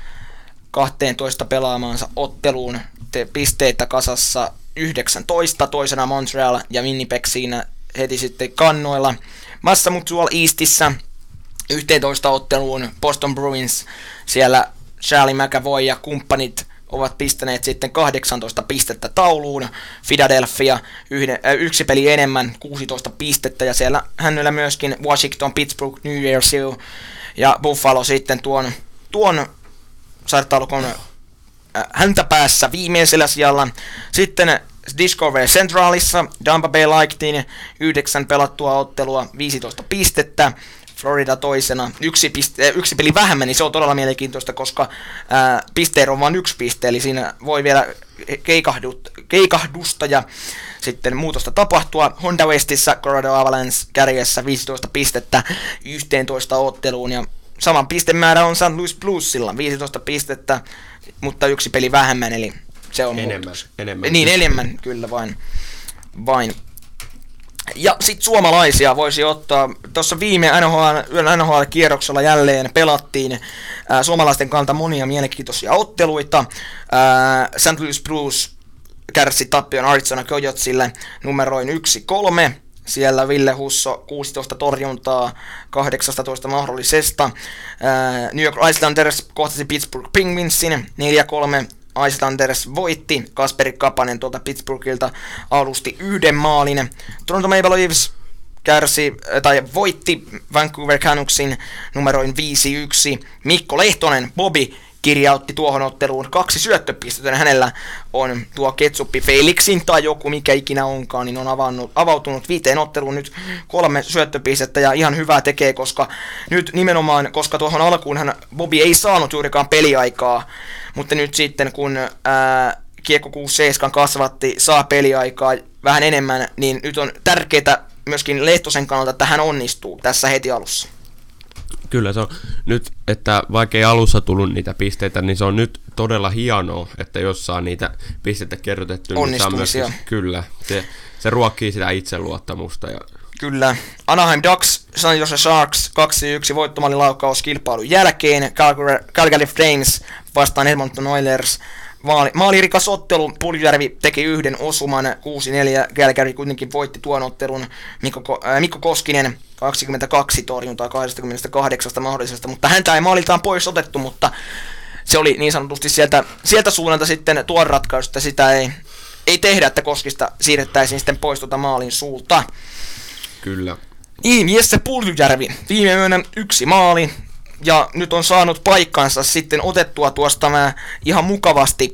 12 pelaamaansa otteluun, pisteitä kasassa 19, toisena Montreal ja Winnipeg siinä heti sitten kannoilla. Massa Mutual Eastissä 11 otteluun Boston Bruins, siellä Charlie McAvoy ja kumppanit ovat pistäneet sitten 18 pistettä tauluun. Philadelphia 1 peli enemmän, 16 pistettä, ja siellä hänellä myöskin Washington, Pittsburgh, New Jersey ja Buffalo sitten tuon sarjataulukon häntä päässä viimeisellä sijalla. Sitten Discovery Centralissa Tampa Bay Lightning 9 pelattua ottelua, 15 pistettä. Florida toisena, yksi peli vähemmän, niin se on todella mielenkiintoista, koska pisteero on vain 1 piste, eli siinä voi vielä keikahdusta ja sitten muutosta tapahtua. Honda Westissä Colorado Avalanche kärjessä 15 pistettä 11 otteluun, ja saman pistemäärä on St. Louis Bluesilla 15 pistettä, mutta 1 peli vähemmän, eli se on enemmän. Niin, enemmän kyllä vain. Ja sitten suomalaisia voisi ottaa, tuossa viime NHL-kierroksella jälleen pelattiin suomalaisten kannalta monia mielenkiintoisia otteluita. St. Louis Blues kärsi tappion Arizona Coyotesille numeroin 1-3. Siellä Ville Husso 16 torjuntaa 18 mahdollisesta. New York Islanders kohtasi Pittsburgh Penguinsin 4-3. Islanders voitti, Kasperi Kapanen tuolta Pittsburghilta alusti 1 maalin. Toronto Maple Leafs voitti Vancouver Canucksin numeroin 5-1. Mikko Lehtonen, Bobby, kirjautti tuohon otteluun 2 syöttöpistettä. Hänellä on tuo Ketsuppi Felixin tai joku mikä ikinä onkaan, niin on avautunut 5 otteluun nyt 3 syöttöpistettä ja ihan hyvää tekee, koska nyt nimenomaan, koska tuohon alkuunhan Bobby ei saanut juurikaan peliaikaa, mutta nyt sitten kun Kiekko 67 kasvatti, saa peliaikaa vähän enemmän, niin nyt on tärkeää myöskin Lehtosen kannalta, että hän onnistuu tässä heti alussa. Kyllä se on nyt, että vaikka ei alussa tullut niitä pisteitä, niin se on nyt todella hienoa, että jos saa niitä pisteitä kerrotettua, niin saa myös, kyllä, se ruokkii sitä itseluottamusta. Ja kyllä. Anaheim Ducks, San Jose Sharks 2-1 voittomaalilaukaus kilpailun jälkeen. Calgary Flames vastaan Edmonton Oilers. Maalirikas ottelu, Puljujärvi teki 1 osuman, 6-4, Calgary kuitenkin voitti tuon ottelun, Mikko Koskinen 22 torjuntaa 28 mahdollisesta, mutta häntä ei maaliltaan pois otettu, mutta se oli niin sanotusti sieltä suunnalta sitten tuon ratkaisu, että sitä ei tehdä, että Koskista siirrettäisiin sitten pois tuota maalin suulta. Kyllä. Niin, Jesse Puljujärvi, viime yönä 1 maali. Ja nyt on saanut paikkansa sitten otettua tuosta ihan mukavasti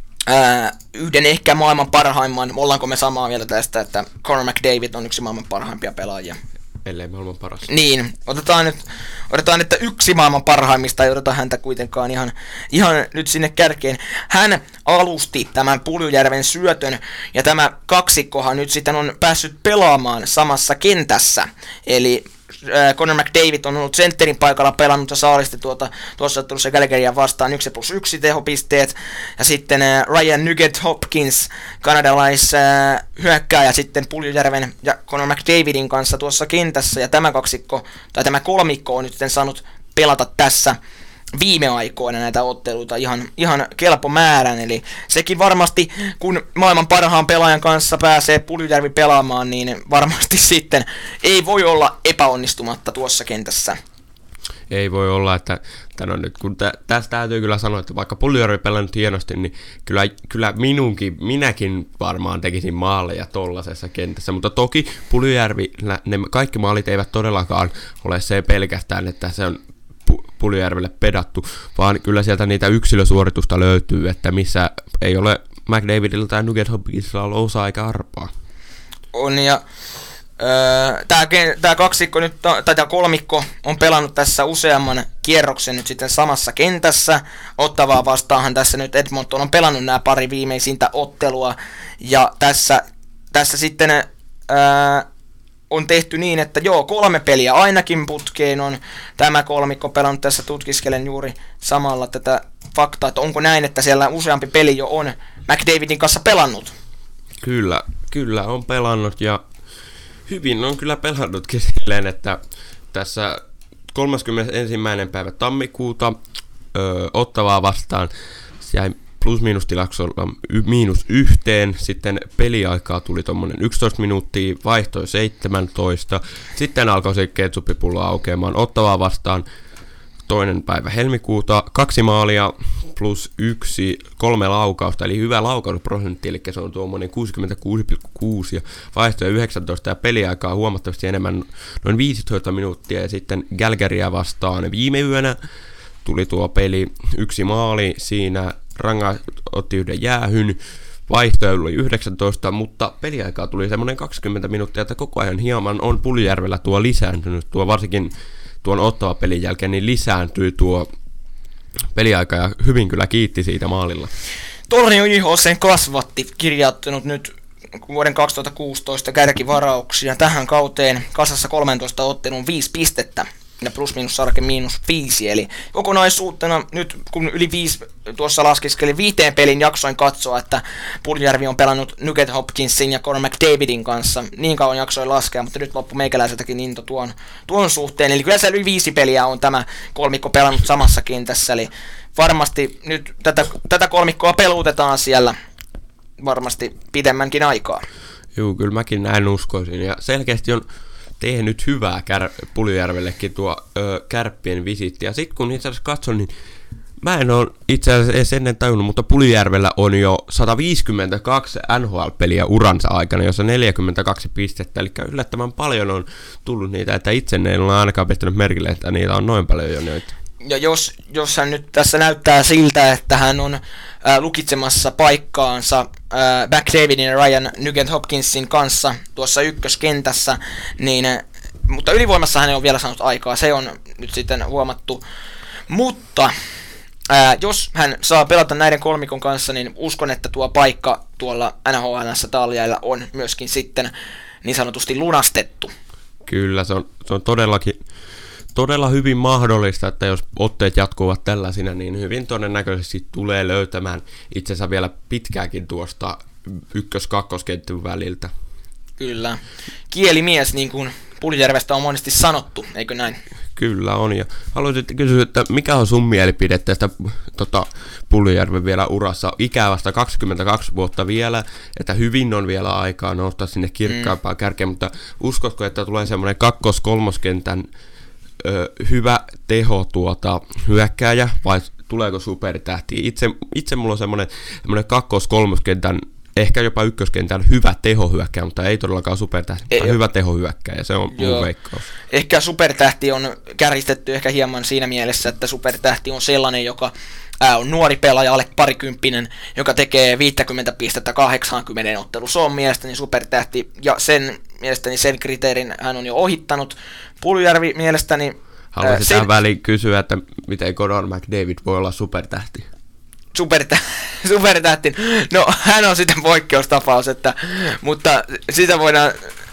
yhden ehkä maailman parhaimman. Ollaanko me samaa mieltä tästä, että Connor McDavid on yksi maailman parhaimpia pelaajia? Ellei maailman paras. Niin, otetaan, että yksi maailman parhaimmista, ei odota häntä kuitenkaan ihan nyt sinne kärkeen. Hän alusti tämän Puljujärven syötön, ja tämä kaksikkohan nyt sitten on päässyt pelaamaan samassa kentässä. Eli Connor McDavid on ollut sentterin paikalla pelannut ja saalisti tuossa ottelussa Calgarya vastaan 1+1 tehopisteet. Ja sitten Ryan Nugent-Hopkins, kanadalais hyökkääjä sitten Puljujärven ja Connor McDavidin kanssa tuossa kentässä. Ja tämä kaksikko, tai tämä kolmikko on nyt saanut pelata tässä viime aikoina näitä otteluita ihan kelpo määrän, eli sekin varmasti, kun maailman parhaan pelaajan kanssa pääsee Puljujärvi pelaamaan, niin varmasti sitten ei voi olla epäonnistumatta tuossa kentässä. Ei voi olla, että nyt kun tästä täytyy kyllä sanoa, että vaikka Puljujärvi pelannut hienosti, niin kyllä minäkin varmaan tekisin maaleja tollasessa kentässä, mutta toki Puljujärvi, ne kaikki maalit eivät todellakaan ole se pelkästään, että se on Puljujärvelle pedattu, vaan kyllä sieltä niitä yksilösuoritusta löytyy, että missä ei ole McDavidilla tai Nugent-Hopkinsilla ollut osaa eikä arpaa. On, ja tämä kaksikko nyt, tai tämä kolmikko on pelannut tässä useamman kierroksen nyt sitten samassa kentässä. Ottavaa vastaanhan tässä nyt Edmonton on pelannut nämä pari viimeisintä ottelua, ja tässä sitten on tehty niin, että 3 peliä ainakin putkeen on tämä kolmikko pelannut. Tässä tutkiskelen juuri samalla tätä faktaa, että onko näin, että siellä useampi peli jo on McDavidin kanssa pelannut. Kyllä on pelannut, ja hyvin on kyllä pelannutkin silleen, että tässä 31. päivä tammikuuta Ottavaa vastaan jäi plus-miinus-tilaksolla -1, sitten peliaikaa tuli tommonen 11 minuuttia, vaihtoi 17, sitten alkoi se ketsuppipullo aukeamaan Ottavaa vastaan 2. päivä helmikuuta, 2 maalia +1, 3 laukausta, eli hyvä laukausprosentti, eli se on tuommoinen 66,6 ja vaihtoja 19 ja peliaikaa huomattavasti enemmän, noin 15 minuuttia, ja sitten Calgaryä vastaan viime yönä tuli tuo peli 1 maali, siinä Ranga otti 1 jäähyn, vaihtoja oli 19, mutta peliaikaa tuli semmoinen 20 minuuttia, että koko ajan hieman on Puljujärvellä tuo lisääntynyt, tuo varsinkin tuon Ottava pelin jälkeen niin lisääntyy tuo peliaika, ja hyvin kyllä kiitti siitä maalilla. Tornio IHC kasvatti, kirjoittanut nyt vuoden 2016 kärkivarauksia tähän kauteen, kasassa 13 otteluun 5 pistettä. Ja plus-miinus-sarke -5, eli kokonaisuutena nyt kun yli 5 tuossa laskiskeli 5 pelin jaksoin katsoa, että Puljujärvi on pelannut Nugent-Hopkinsin ja Connor McDavidin kanssa, niin kauan jaksoin laskea, mutta nyt loppu meikäläiseltäkin into tuon suhteen, eli kyllä se yli 5 peliä on tämä kolmikko pelannut samassa kentässä, eli varmasti nyt tätä kolmikkoa peluutetaan siellä varmasti pidemmänkin aikaa. Joo, kyllä mäkin näin uskoisin, ja selkeästi on tehnyt hyvää Puljujärvellekin tuo Kärppien visiitti. Ja sitten kun itse asiassa katson, niin mä en ole itse asiassa edes ennen tajunnut, mutta Puljujärvellä on jo 152 NHL-peliä uransa aikana, jossa 42 pistettä. Eli yllättävän paljon on tullut niitä, että itse en ole ainakaan pistänyt merkille, että niitä on noin paljon jo nyt. Ja jos hän nyt tässä näyttää siltä, että hän on lukitsemassa paikkaansa McDavidin ja Ryan Nugent-Hopkinsin kanssa tuossa ykköskentässä, niin, mutta ylivoimassa hän ei ole vielä saanut aikaa, se on nyt sitten huomattu. Mutta jos hän saa pelata näiden kolmikon kanssa, niin uskon, että tuo paikka tuolla NHL:ssä Talliailla on myöskin sitten niin sanotusti lunastettu. Kyllä, se on todellakin todella hyvin mahdollista, että jos otteet jatkuvat tällaisina, niin hyvin todennäköisesti tulee löytämään itsensä vielä pitkääkin tuosta ykkös-kakkoskenttyn väliltä. Kyllä. Kielimies, niin kuin Puljärvestä on monesti sanottu, eikö näin? Kyllä on, ja haluaisin kysyä, että mikä on sun mielipide tästä Puljärven vielä urassa ikävästä 22 vuotta vielä, että hyvin on vielä aikaa nousta sinne kirkkaampaan kärkeen, mutta uskotko, että tulee semmoinen kakkos-kolmoskentän hyvä teho hyökkääjä, vai tuleeko supertähti? Itse mulla on semmoinen kakkos-kolmoskentän, ehkä jopa ykköskentän hyvä tehohyökkääjä, mutta ei todellakaan supertähti, hyvä tehohyökkääjä, se on mun veikkaus. Ehkä supertähti on kärjistetty ehkä hieman siinä mielessä, että supertähti on sellainen, joka on nuori pelaaja, alle parikymppinen, joka tekee 50 pistettä 80 ottelussa. Se on mielestäni supertähti, ja mielestäni sen kriteerin hän on jo ohittanut. Puljärvi mielestäni... Haluaisin tähän väliin kysyä, että miten Connor McDavid voi olla supertähti? Supertähti. No, hän on sitten poikkeustapaus, mutta sitä voidaan...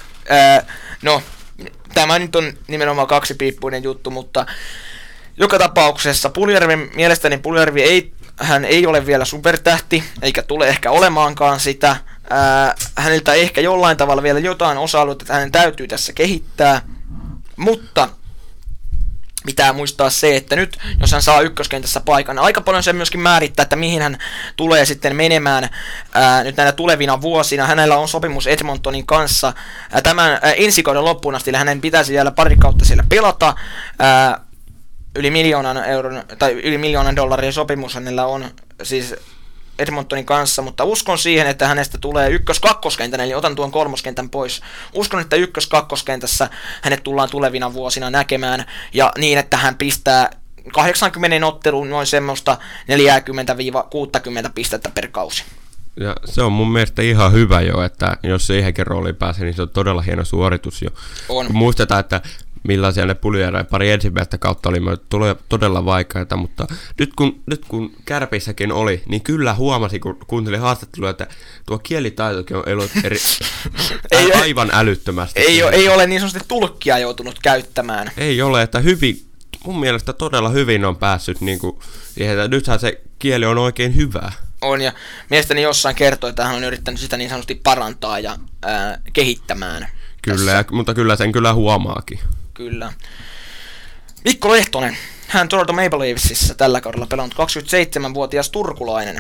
tämä nyt on nimenomaan kaksipiippuinen juttu, mutta joka tapauksessa mielestäni Puljärvi hän ei ole vielä supertähti, eikä tule ehkä olemaankaan sitä. Häneltä ehkä jollain tavalla vielä jotain osa-alueita, että hänen täytyy tässä kehittää, mutta pitää muistaa se, että nyt jos hän saa ykköskentässä paikan, aika paljon se myöskin määrittää, että mihin hän tulee sitten menemään nyt näinä tulevina vuosina. Hänellä on sopimus Edmontonin kanssa tämän ensi kauden loppuun asti, eli hänen pitäisi vielä pari kautta siellä pelata. Yli miljoonan dollarin sopimus hänellä on siis Edmontonin kanssa, mutta uskon siihen, että hänestä tulee ykkös-kakkoskentän, eli otan tuon kolmoskentän pois. Uskon, että ykkös-kakkoskentässä hänet tullaan tulevina vuosina näkemään, ja niin, että hän pistää 80 otteluun noin semmoista 40-60 pistettä per kausi. Ja se on mun mielestä ihan hyvä jo, että jos siihenkin rooliin pääsee, niin se on todella hieno suoritus jo. On. Kun muistetaan, että millaisia ne Puljärven pari ensimmäistä kautta oli todella vaikeita, mutta nyt kun Kärpissäkin oli, niin kyllä huomasin, kun kuuntelin haastattelua, että tuo kielitaitokin on ollut aivan älyttömästi. Ei ole niin sanotusti tulkkia joutunut käyttämään. Ei ole, että mun mielestä todella hyvin on päässyt niin kuin siihen, että nythän se kieli on oikein hyvää. On, ja mielestäni jossain kertoi, että hän on yrittänyt sitä niin sanotusti parantaa ja kehittämään. Kyllä, mutta kyllä sen kyllä huomaakin. Kyllä. Mikko Lehtonen, hän Toronto Maple Leafsissä tällä kaudella pelannut 27-vuotias turkulainen.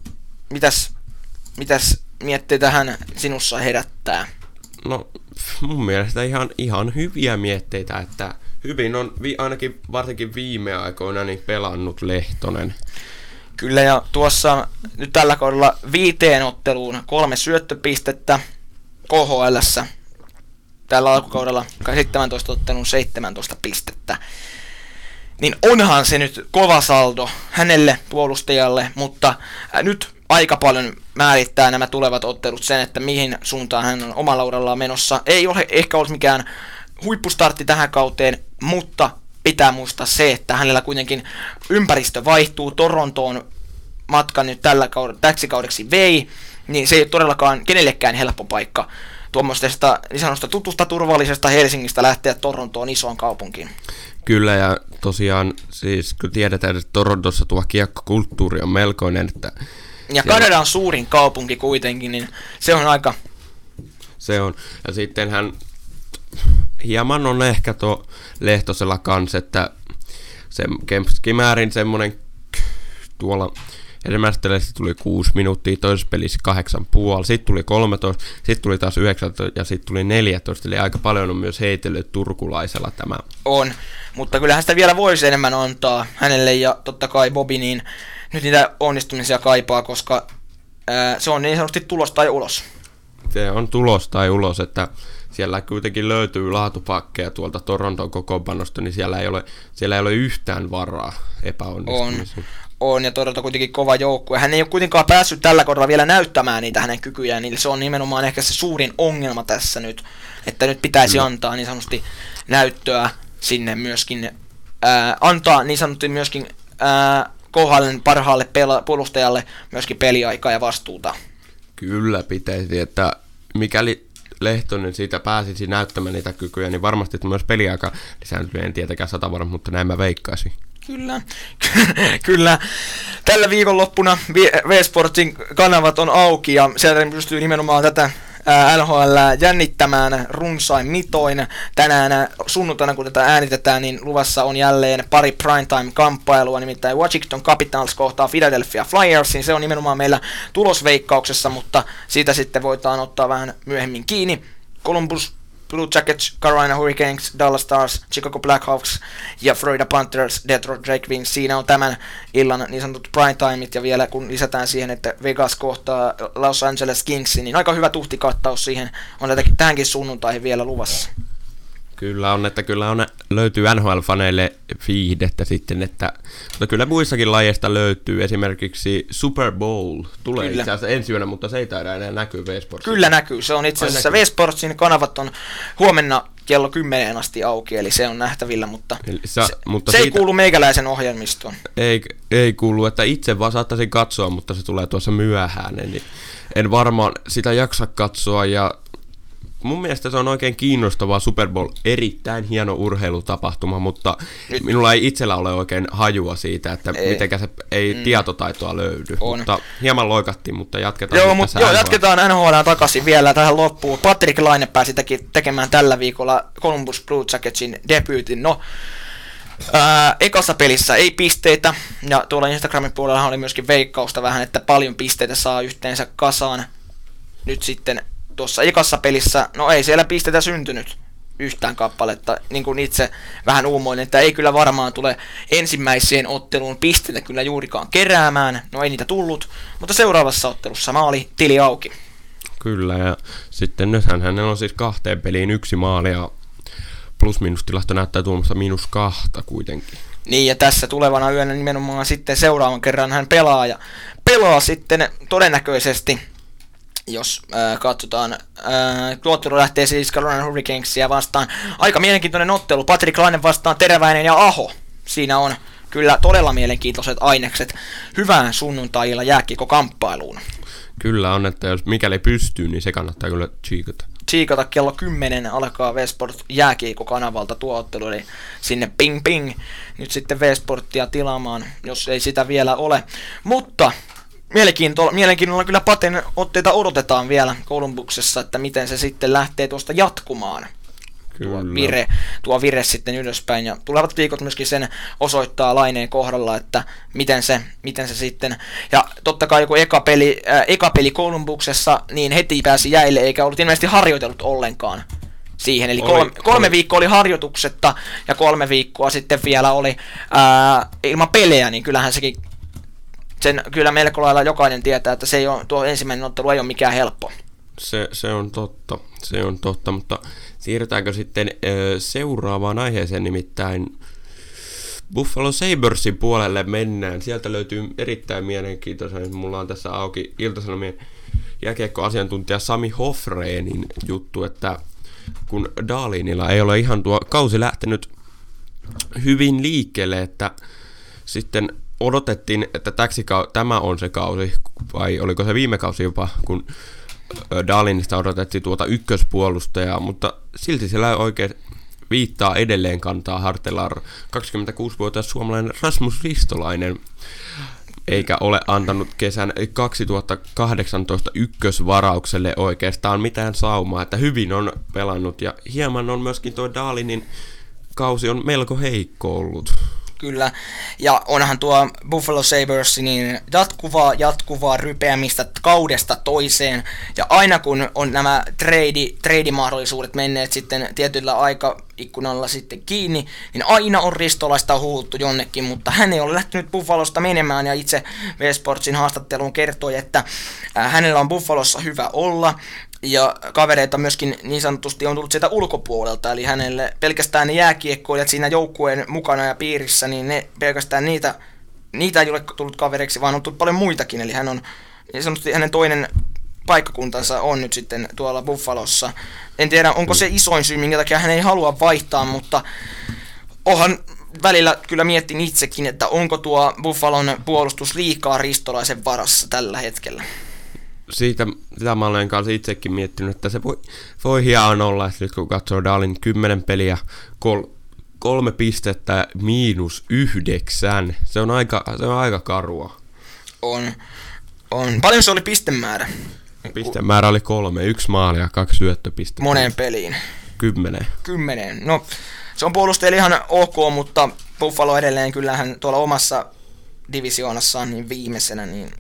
Mitäs mietteitä hän sinussa herättää? No, mun mielestä ihan hyviä mietteitä, että hyvin on ainakin varsinkin viime aikoina niin pelannut Lehtonen. Kyllä, ja tuossa nyt tällä kaudella 5 otteluun 3 syöttöpistettä KHL:ssä. Tällä alkukaudella 17 ottelun 17 pistettä. Niin onhan se nyt kova saldo hänelle puolustajalle, mutta nyt aika paljon määrittää nämä tulevat ottelut sen, että mihin suuntaan hän on omalla urallaan menossa. Ei ole ehkä ollut mikään huippustartti tähän kauteen, mutta pitää muistaa se, että hänellä kuitenkin ympäristö vaihtuu. Torontoon matka nyt täksi kaudeksi vei, niin se ei ole todellakaan kenellekään helppo paikka tuommoisesta niin sanotusta tutusta turvallisesta Helsingistä lähteä Torontoon isoon kaupunkiin. Kyllä, ja tosiaan siis kun tiedetään, että Torontossa tuo kiekkokulttuuri on melkoinen. Että ja Kanada on suurin kaupunki kuitenkin, niin se on aika... Se on, ja sitten hän hieman on ehkä tuo Lehtosella kanssa, että se keskimäärin semmoinen tuolla ensimmäisessä pelissä tuli 6 minuuttia, toisessa pelissä 8,5, sitten tuli 13, sitten tuli taas 19 ja sitten tuli 14, eli aika paljon on myös heitellyt turkulaisella tämä. On, mutta kyllähän sitä vielä voisi enemmän antaa hänelle ja totta kai Bobby, niin nyt niitä onnistumisia kaipaa, koska se on niin sanotusti tulos tai ulos. Se on tulos tai ulos, että siellä kuitenkin löytyy laatupakkeja tuolta Toronton kokoonpanosta, niin siellä ei ole yhtään varaa epäonnistumiseen. On, ja Toronto kuitenkin kova joukkue. Hän ei ole kuitenkaan päässyt tällä kaudella vielä näyttämään niitä hänen kykyjään, niin se on nimenomaan ehkä se suurin ongelma tässä nyt, että nyt pitäisi antaa niin sanotusti näyttöä sinne myöskin, antaa niin sanotusti myöskin KHL:n parhaalle puolustajalle myöskin peliaikaa ja vastuuta. Kyllä pitäisi, että mikäli Lehtonen siitä pääsisi näyttämään niitä kykyjä, niin varmasti myös peliaika lisääntyy, en tietenkään 100 varma, mutta näin mä veikkaisin. Kyllä, kyllä. Tällä viikonloppuna V-Sportsin kanavat on auki ja sieltä pystyy nimenomaan tätä NHL jännittämään runsain mitoin. Tänään sunnuntaina, kun tätä äänitetään, niin luvassa on jälleen pari primetime-kamppailua, nimittäin Washington Capitals kohtaa Philadelphia Flyers, niin se on nimenomaan meillä tulosveikkauksessa, mutta siitä sitten voidaan ottaa vähän myöhemmin kiinni. Columbus Blue Jackets, Carolina Hurricanes, Dallas Stars, Chicago Blackhawks ja Florida Panthers, Detroit Red Wings. Siinä on tämän illan niin sanotut primetimeit, ja vielä kun lisätään siihen, että Vegas kohtaa Los Angeles Kingsin, niin aika hyvä tuhtikattaus siihen on tähänkin sunnuntaihin vielä luvassa. Kyllä löytyy NHL-faneille viihdettä sitten, mutta kyllä muissakin lajeista löytyy. Esimerkiksi Super Bowl tulee itse asiassa ensi yönä, mutta se ei taida enää näkyy V-Sportsissa. Kyllä näkyy, se on itse asiassa V-Sportsin kanavat on huomenna kello 10 asti auki, eli se on nähtävillä, mutta se ei kuulu meikäläisen ohjelmistoon. Ei kuulu, että itse vaan saattaisin katsoa, mutta se tulee tuossa myöhään, niin en varmaan sitä jaksa katsoa, ja mun mielestä se on oikein kiinnostavaa Super Bowl, erittäin hieno urheilutapahtuma, mutta minulla ei itsellä ole oikein hajua siitä, että mitenkä se ei tietotaitoa löydy. Mutta hieman loikattiin, mutta jatketaan. Jatketaan NHL takaisin vielä tähän loppuun. Patrick Laine pääsi tekemään tällä viikolla Columbus Blue Jacketsin debyytin. Ekassa pelissä ei pisteitä, ja tuolla Instagramin puolella oli myöskin veikkausta vähän, että paljon pisteitä saa yhteensä kasaan. Nyt sitten tuossa ekassa pelissä, ei siellä pisteitä syntynyt yhtään kappaletta, niin kuin itse vähän uumoin, että ei kyllä varmaan tule ensimmäiseen otteluun pisteitä kyllä juurikaan keräämään, ei niitä tullut, mutta seuraavassa ottelussa maali tili auki. Kyllä, ja sitten nythän hänellä on siis 2 peliin 1 maali, ja plus-minus-tilasto näyttää tuomassa -2 kuitenkin. Niin, ja tässä tulevana yönä nimenomaan sitten seuraavan kerran hän pelaa sitten todennäköisesti, jos katsotaan, tuottelu lähtee siis Carolina Hurricanesia vastaan. Aika mielenkiintoinen ottelu. Patrick Laine vastaan Teräväinen ja Aho. Siinä on kyllä todella mielenkiintoiset ainekset hyvään sunnuntailla jääkiekko-kamppailuun. Kyllä on, että jos mikäli pystyy, niin se kannattaa kyllä Tsiikata kello 10 alkaa V-Sport jääkiekko-kanavalta tuo ottelu, eli sinne ping ping. Nyt sitten V-Sporttia tilaamaan, jos ei sitä vielä ole. Mutta mielenkiinnolla kyllä Paten otteita odotetaan vielä Columbuksessa, että miten se sitten lähtee tuosta jatkumaan. Tuo vire sitten ylöspäin, ja tulevat viikot myöskin sen osoittaa Laineen kohdalla, että miten se sitten, ja totta kai joku eka peli Columbuksessa, niin heti pääsi jäille, eikä ollut ilmeisesti harjoitellut ollenkaan siihen, eli kolme viikkoa oli harjoituksetta, ja 3 viikkoa sitten vielä oli ilman pelejä, niin kyllähän sekin, kyllä melko lailla jokainen tietää, että tuo ensimmäinen ottelu ei ole mikään helppo. Se on totta, mutta siirrytäänkö sitten seuraavaan aiheeseen, nimittäin Buffalo Sabresin puolelle mennään. Sieltä löytyy erittäin mielenkiintoinen, mulla on tässä auki Ilta-Sanomien jääkiekkoasiantuntija Sami Hofreenin juttu, että kun Dahlinilla ei ole ihan tuo kausi lähtenyt hyvin liikkeelle, että sitten odotettiin, että tämä on se kausi, vai oliko se viime kausi jopa, kun Dahlinista odotettiin tuota ykköspuolustajaa, mutta silti siellä oikein viittaa edelleen kantaa harteillaan 26-vuotias suomalainen Rasmus Ristolainen, eikä ole antanut kesän 2018 ykkösvaraukselle oikeastaan mitään saumaa, että hyvin on pelannut, ja hieman on myöskin tuo Dahlinin kausi on melko heikko ollut. Kyllä, ja onhan tuo Buffalo Sabres niin jatkuvaa rypeämistä kaudesta toiseen, ja aina kun on nämä trade-mahdollisuudet menneet sitten tietyllä aikaikkunalla sitten kiinni, niin aina on Ristolaista huuttu jonnekin, mutta hän ei ole lähtenyt Buffalosta menemään, ja itse V-Sportsin haastatteluun kertoi, että hänellä on Buffalossa hyvä olla, Ja kavereita myöskin niin sanotusti on tullut sieltä ulkopuolelta, eli hänelle pelkästään ne jääkiekkoilijat siinä joukkueen mukana ja piirissä, niin ne pelkästään niitä ei ole tullut kavereiksi, vaan on tullut paljon muitakin, eli hän on niin sanotusti hänen toinen paikkakuntansa on nyt sitten tuolla Buffalossa. En tiedä, onko se isoin syy, minkä takia hän ei halua vaihtaa, mutta onhan välillä kyllä miettin itsekin, että onko tuo Buffalon puolustus liikaa Ristolaisen varassa tällä hetkellä. Sitä mä olen kanssa itsekin miettinyt, että se voi hieman olla, että nyt kun katsoo Dalin 10 peliä, 3 pistettä -9, se on aika karua. On. Paljon se oli pistemäärä? Pistemäärä oli 3, 1 maali ja 2 syöttöpistettä. Moneen peliin? 10. No, se on puolustajille ihan ok, mutta Buffalo edelleen kyllähän tuolla omassa divisioonassaan niin viimeisenä, niin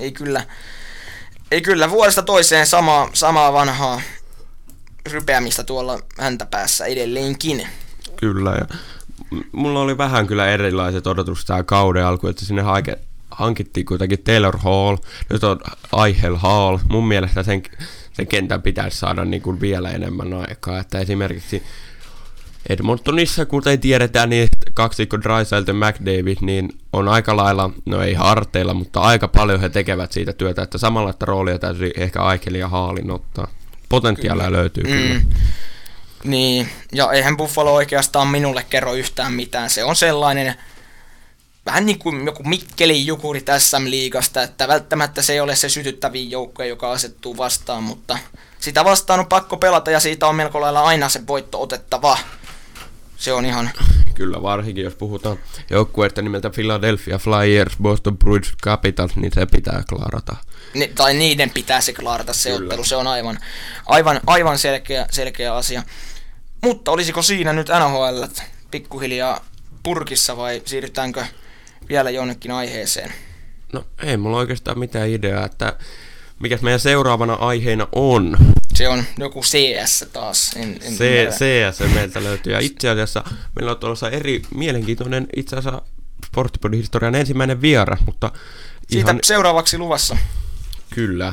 ei kyllä vuodesta toiseen samaa vanhaa rypeämistä tuolla häntä päässä edelleenkin. Kyllä, ja mulla oli vähän kyllä erilaiset odotukset tähän kauden alkuun, että sinne hankittiin kuitenkin Taylor Hall, nyt on Eichel Hall. Mun mielestä sen kentän pitäisi saada niin kuin vielä enemmän aikaa, että esimerkiksi Edmontonissa, kuten tiedetään, niin kaksikko Draisaitl ja McDavid niin on aika lailla, no ei harteilla, mutta aika paljon he tekevät siitä työtä, että samanlaista roolia täytyy ehkä Eichel ja Hallin ottaa. Potentiaalia löytyy kyllä. Niin, ja eihän Buffalo oikeastaan minulle kerro yhtään mitään. Se on sellainen, vähän niin kuin joku Mikkelin Jukuri SM-liigasta, että välttämättä se ei ole se sytyttävin joukko, joka asettuu vastaan, mutta sitä vastaan on pakko pelata ja siitä on melko lailla aina se voitto otettava. Se on ihan... Kyllä, varsinkin jos puhutaan joukkueesta nimeltä Philadelphia Flyers, Boston Bruins, Capitals, niin se pitää klarata. Tai niiden pitää se klarata se ottelu, se on aivan selkeä asia. Mutta olisiko siinä nyt NHL pikkuhiljaa purkissa vai siirrytäänkö vielä jonnekin aiheeseen? No ei mulla oikeastaan mitään ideaa, että mikäs meidän seuraavana aiheena on. Se on joku CS taas. CS meiltä löytyy. Ja itse asiassa meillä on tuossa mielenkiintoinen itse asiassa Sporttipodin historian ensimmäinen viera, mutta siitä seuraavaksi luvassa. Kyllä.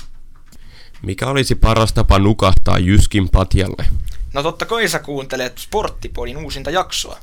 Mikä olisi paras tapa nukahtaa Jyskin patjalle? No totta kai sä kuuntelet Sporttipodin uusinta jaksoa.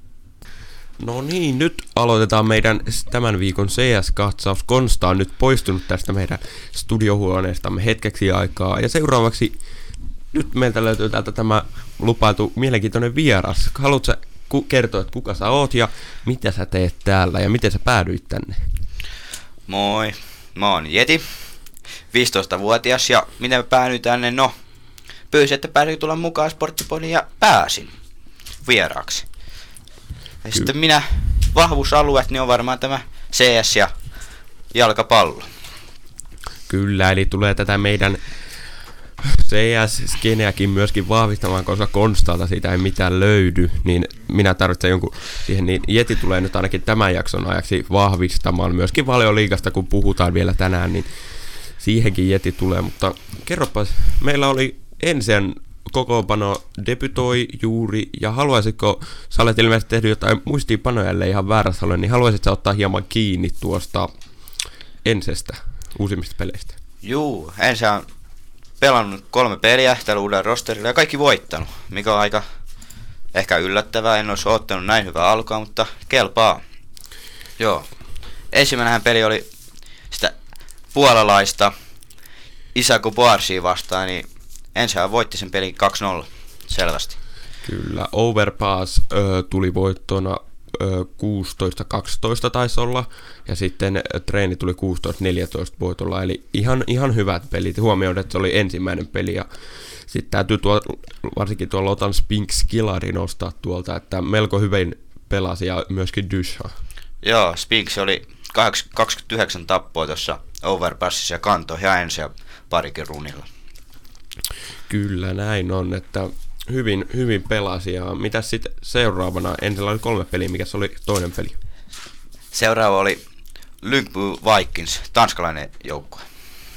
No niin, nyt aloitetaan meidän tämän viikon CS-katsaus. Konsta on nyt poistunut tästä meidän studiohuoneestamme hetkeksi aikaa. Ja seuraavaksi nyt meiltä löytyy täältä tämä lupailtu mielenkiintoinen vieras. Haluatko sä kertoa, että kuka sä oot ja mitä sä teet täällä ja miten sä päädyit tänne? Moi, mä oon Jeti, 15-vuotias ja miten mä päädyin tänne? No, pyysin, että pääsin tulla mukaan Sporttipodiin ja pääsin vieraaksi. Ja sitten vahvuusalueet, niin on varmaan tämä CS ja jalkapallo. Kyllä, eli tulee tätä meidän CS-skeneäkin myöskin vahvistamaan, koska Konstalta siitä ei mitään löydy, niin minä tarvitsen jonkun siihen, niin Jeti tulee nyt ainakin tämän jakson ajaksi vahvistamaan myöskin Valioliigasta, kun puhutaan vielä tänään, niin siihenkin Jeti tulee, mutta kerropas, meillä oli ensin kokoonpano debytoi juuri, ja haluaisitko, sä olet ilmeisesti tehnyt jotain muistiinpanoja, ellei ihan väärässä ole, niin haluaisitko ottaa hieman kiinni tuosta ensestä, uusimmista peleistä? Juu, ensin on pelannut 3 peliä tällä uudella rosterilla ja kaikki voittanut, mikä on aika ehkä yllättävää, en olisi ottanut näin hyvää alkua, mutta kelpaa. Joo, ensimmäinen peli oli sitä puolalaista Isako Boarsia vastaan, niin ensin voitti sen pelin 2-0, selvästi. Kyllä, Overpass tuli voittona 16-12 taisi olla, ja sitten treeni tuli 16-14 voitolla, eli ihan hyvät pelit. Huomioon, että se oli ensimmäinen peli, ja sitten täytyy varsinkin tuolla Lotan Spinks-Skillari nostaa tuolta, että melko hyvin pelasi, ja myöskin Dysha. Joo, Spinks oli 29 tappoa tuossa Overpassissa ja kantoi ihan ensin ja parikin runilla. Kyllä, näin on, että hyvin pelasi, ja mitäs sitten seuraavana? Ensin oli 3 peliä, mikä se oli toinen peli? Seuraava oli Lyngby Vikings, tanskalainen joukkue.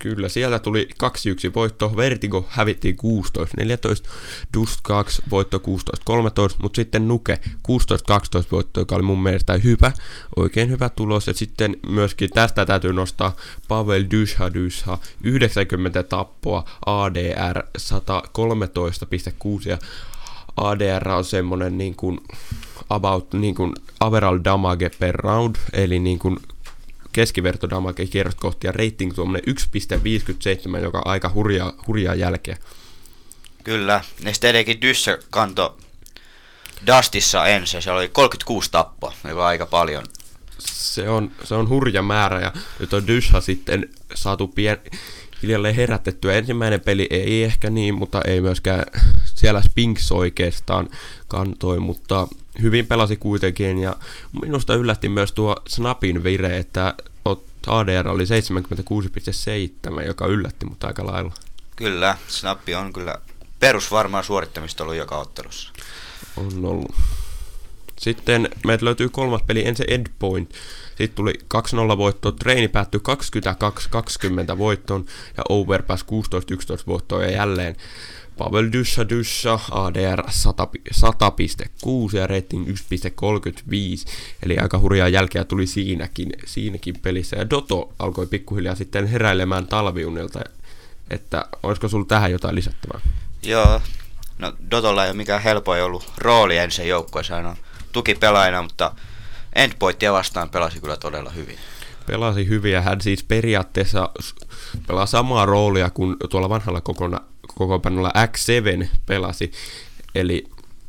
Kyllä, sieltä tuli 2-1 voitto, Vertigo hävittiin 16-14, Dust 2 voitto 16-13, mutta sitten Nuke 16-12 voitto, joka oli mun mielestä hyvä, oikein hyvä tulos. Ja sitten myöskin tästä täytyy nostaa Pavel Dysha 90 tappoa, ADR 113,6 ja ADR on semmonen niin kuin about niin kuin overall damage per round, eli niin kuin keskiverto damage kierrot kohti ja rating tuommoinen 1,57, joka on aika hurjaa jälkeä. Kyllä, ja sitten edenkin Dyssä kanto Dustissa ensin, siellä oli 36 tappoa, joka on aika paljon. Se on hurja määrä, ja nyt on Dysha sitten saatu hiljalleen herätettyä. Ensimmäinen peli ei ehkä niin, mutta ei myöskään siellä Spinks oikeastaan kantoi, mutta hyvin pelasi kuitenkin, ja minusta yllätti myös tuo Snapin vire, että ADR oli 76,7, joka yllätti mut aika lailla. Kyllä, Snappi on kyllä perusvarmaa suorittamista ollut joka ottelussa. On ollut. Sitten meiltä löytyy kolmas peli, ensin Endpoint. Sitten tuli 2-0 voittoa, treeni päättyi 22-20 voittoon ja Overpass 16-11 voittoa ja jälleen Pavel Dysha, ADR 100,6 ja rating 1,35, eli aika hurjaa jälkeä tuli siinäkin pelissä. Ja Doto alkoi pikkuhiljaa sitten heräilemään talviunilta, että olisiko sulla tähän jotain lisättävää? Joo, no Dotolla ei ole mikään helpoin ollut rooli ensin joukkueessa, hän on tukipelaajana, mutta Endpointia vastaan pelasi kyllä todella hyvin. Pelasi hyvin ja hän siis periaatteessa pelaa samaa roolia kuin tuolla vanhalla kokoonpanolla X7 pelasi. Eli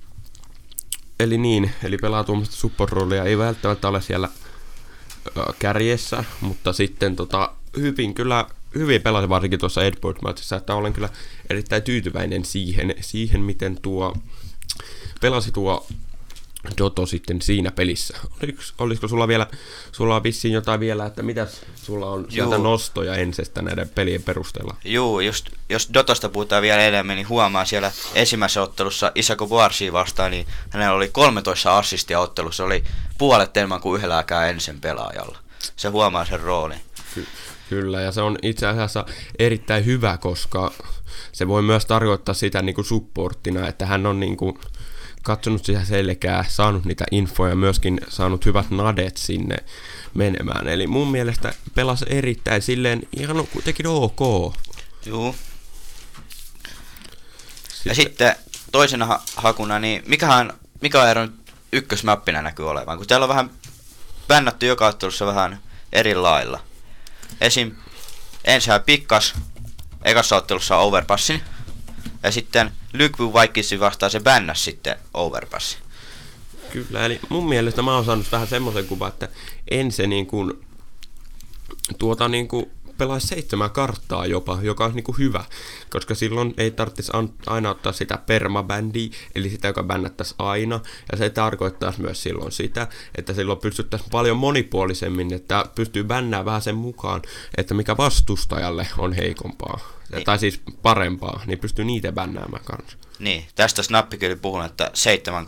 pelaa tuommoista support-roolia, ei välttämättä ole siellä kärjessä, mutta sitten hyvin pelasi varsinkin tuossa Endpoint-matsissa, että olen kyllä erittäin tyytyväinen siihen miten pelasi tuo Doto sitten siinä pelissä. Olisiko sulla on vissiin jotain vielä, että mitäs sulla on sieltä nostoja ensestä näiden pelien perusteella? Joo, jos Dotosta puhutaan vielä enemmän, niin huomaa siellä ensimmäisessä ottelussa Isako Boarsia vastaan, niin hänellä oli 13 assistia ottelussa, se oli puolet enemmän kuin yhdelläkään ensin pelaajalla. Se huomaa sen roolin. Kyllä, ja se on itse asiassa erittäin hyvä, koska se voi myös tarkoittaa sitä niin kuin supporttina, että hän on niin kuin katsonut sitä selkää, saanut niitä infoja ja myöskin saanut hyvät nadet sinne menemään. Eli mun mielestä pelasi erittäin silleen ihan kuitenkin ok. Joo. Ja sitten toisena hakuna, niin mikä on ero nyt ykkösmappina näkyy olevan? Kun täällä on vähän bännätty joka ottelussa vähän eri lailla. Esim. Ensin pikkas ekassa ottelussa overpassin. Ja sitten Lykvy Vikingsin vastaan se bännäs sitten overpassin. Kyllä, eli mun mielestä mä oon saanut vähän semmoisen kuvan, että ensin niin kuin pelaisi 7 karttaa jopa, joka on niin kuin hyvä, koska silloin ei tarvitsisi aina ottaa sitä permabändiä, eli sitä, joka bännättäisi aina, ja se tarkoittaisi myös silloin sitä, että silloin pystyttäisiin paljon monipuolisemmin, että pystyy bännää vähän sen mukaan, että mikä vastustajalle on heikompaa, niin, tai siis parempaa, niin pystyy niitä bännäämään kanssa. Niin, tästä Snappi kyllä puhunut, että 7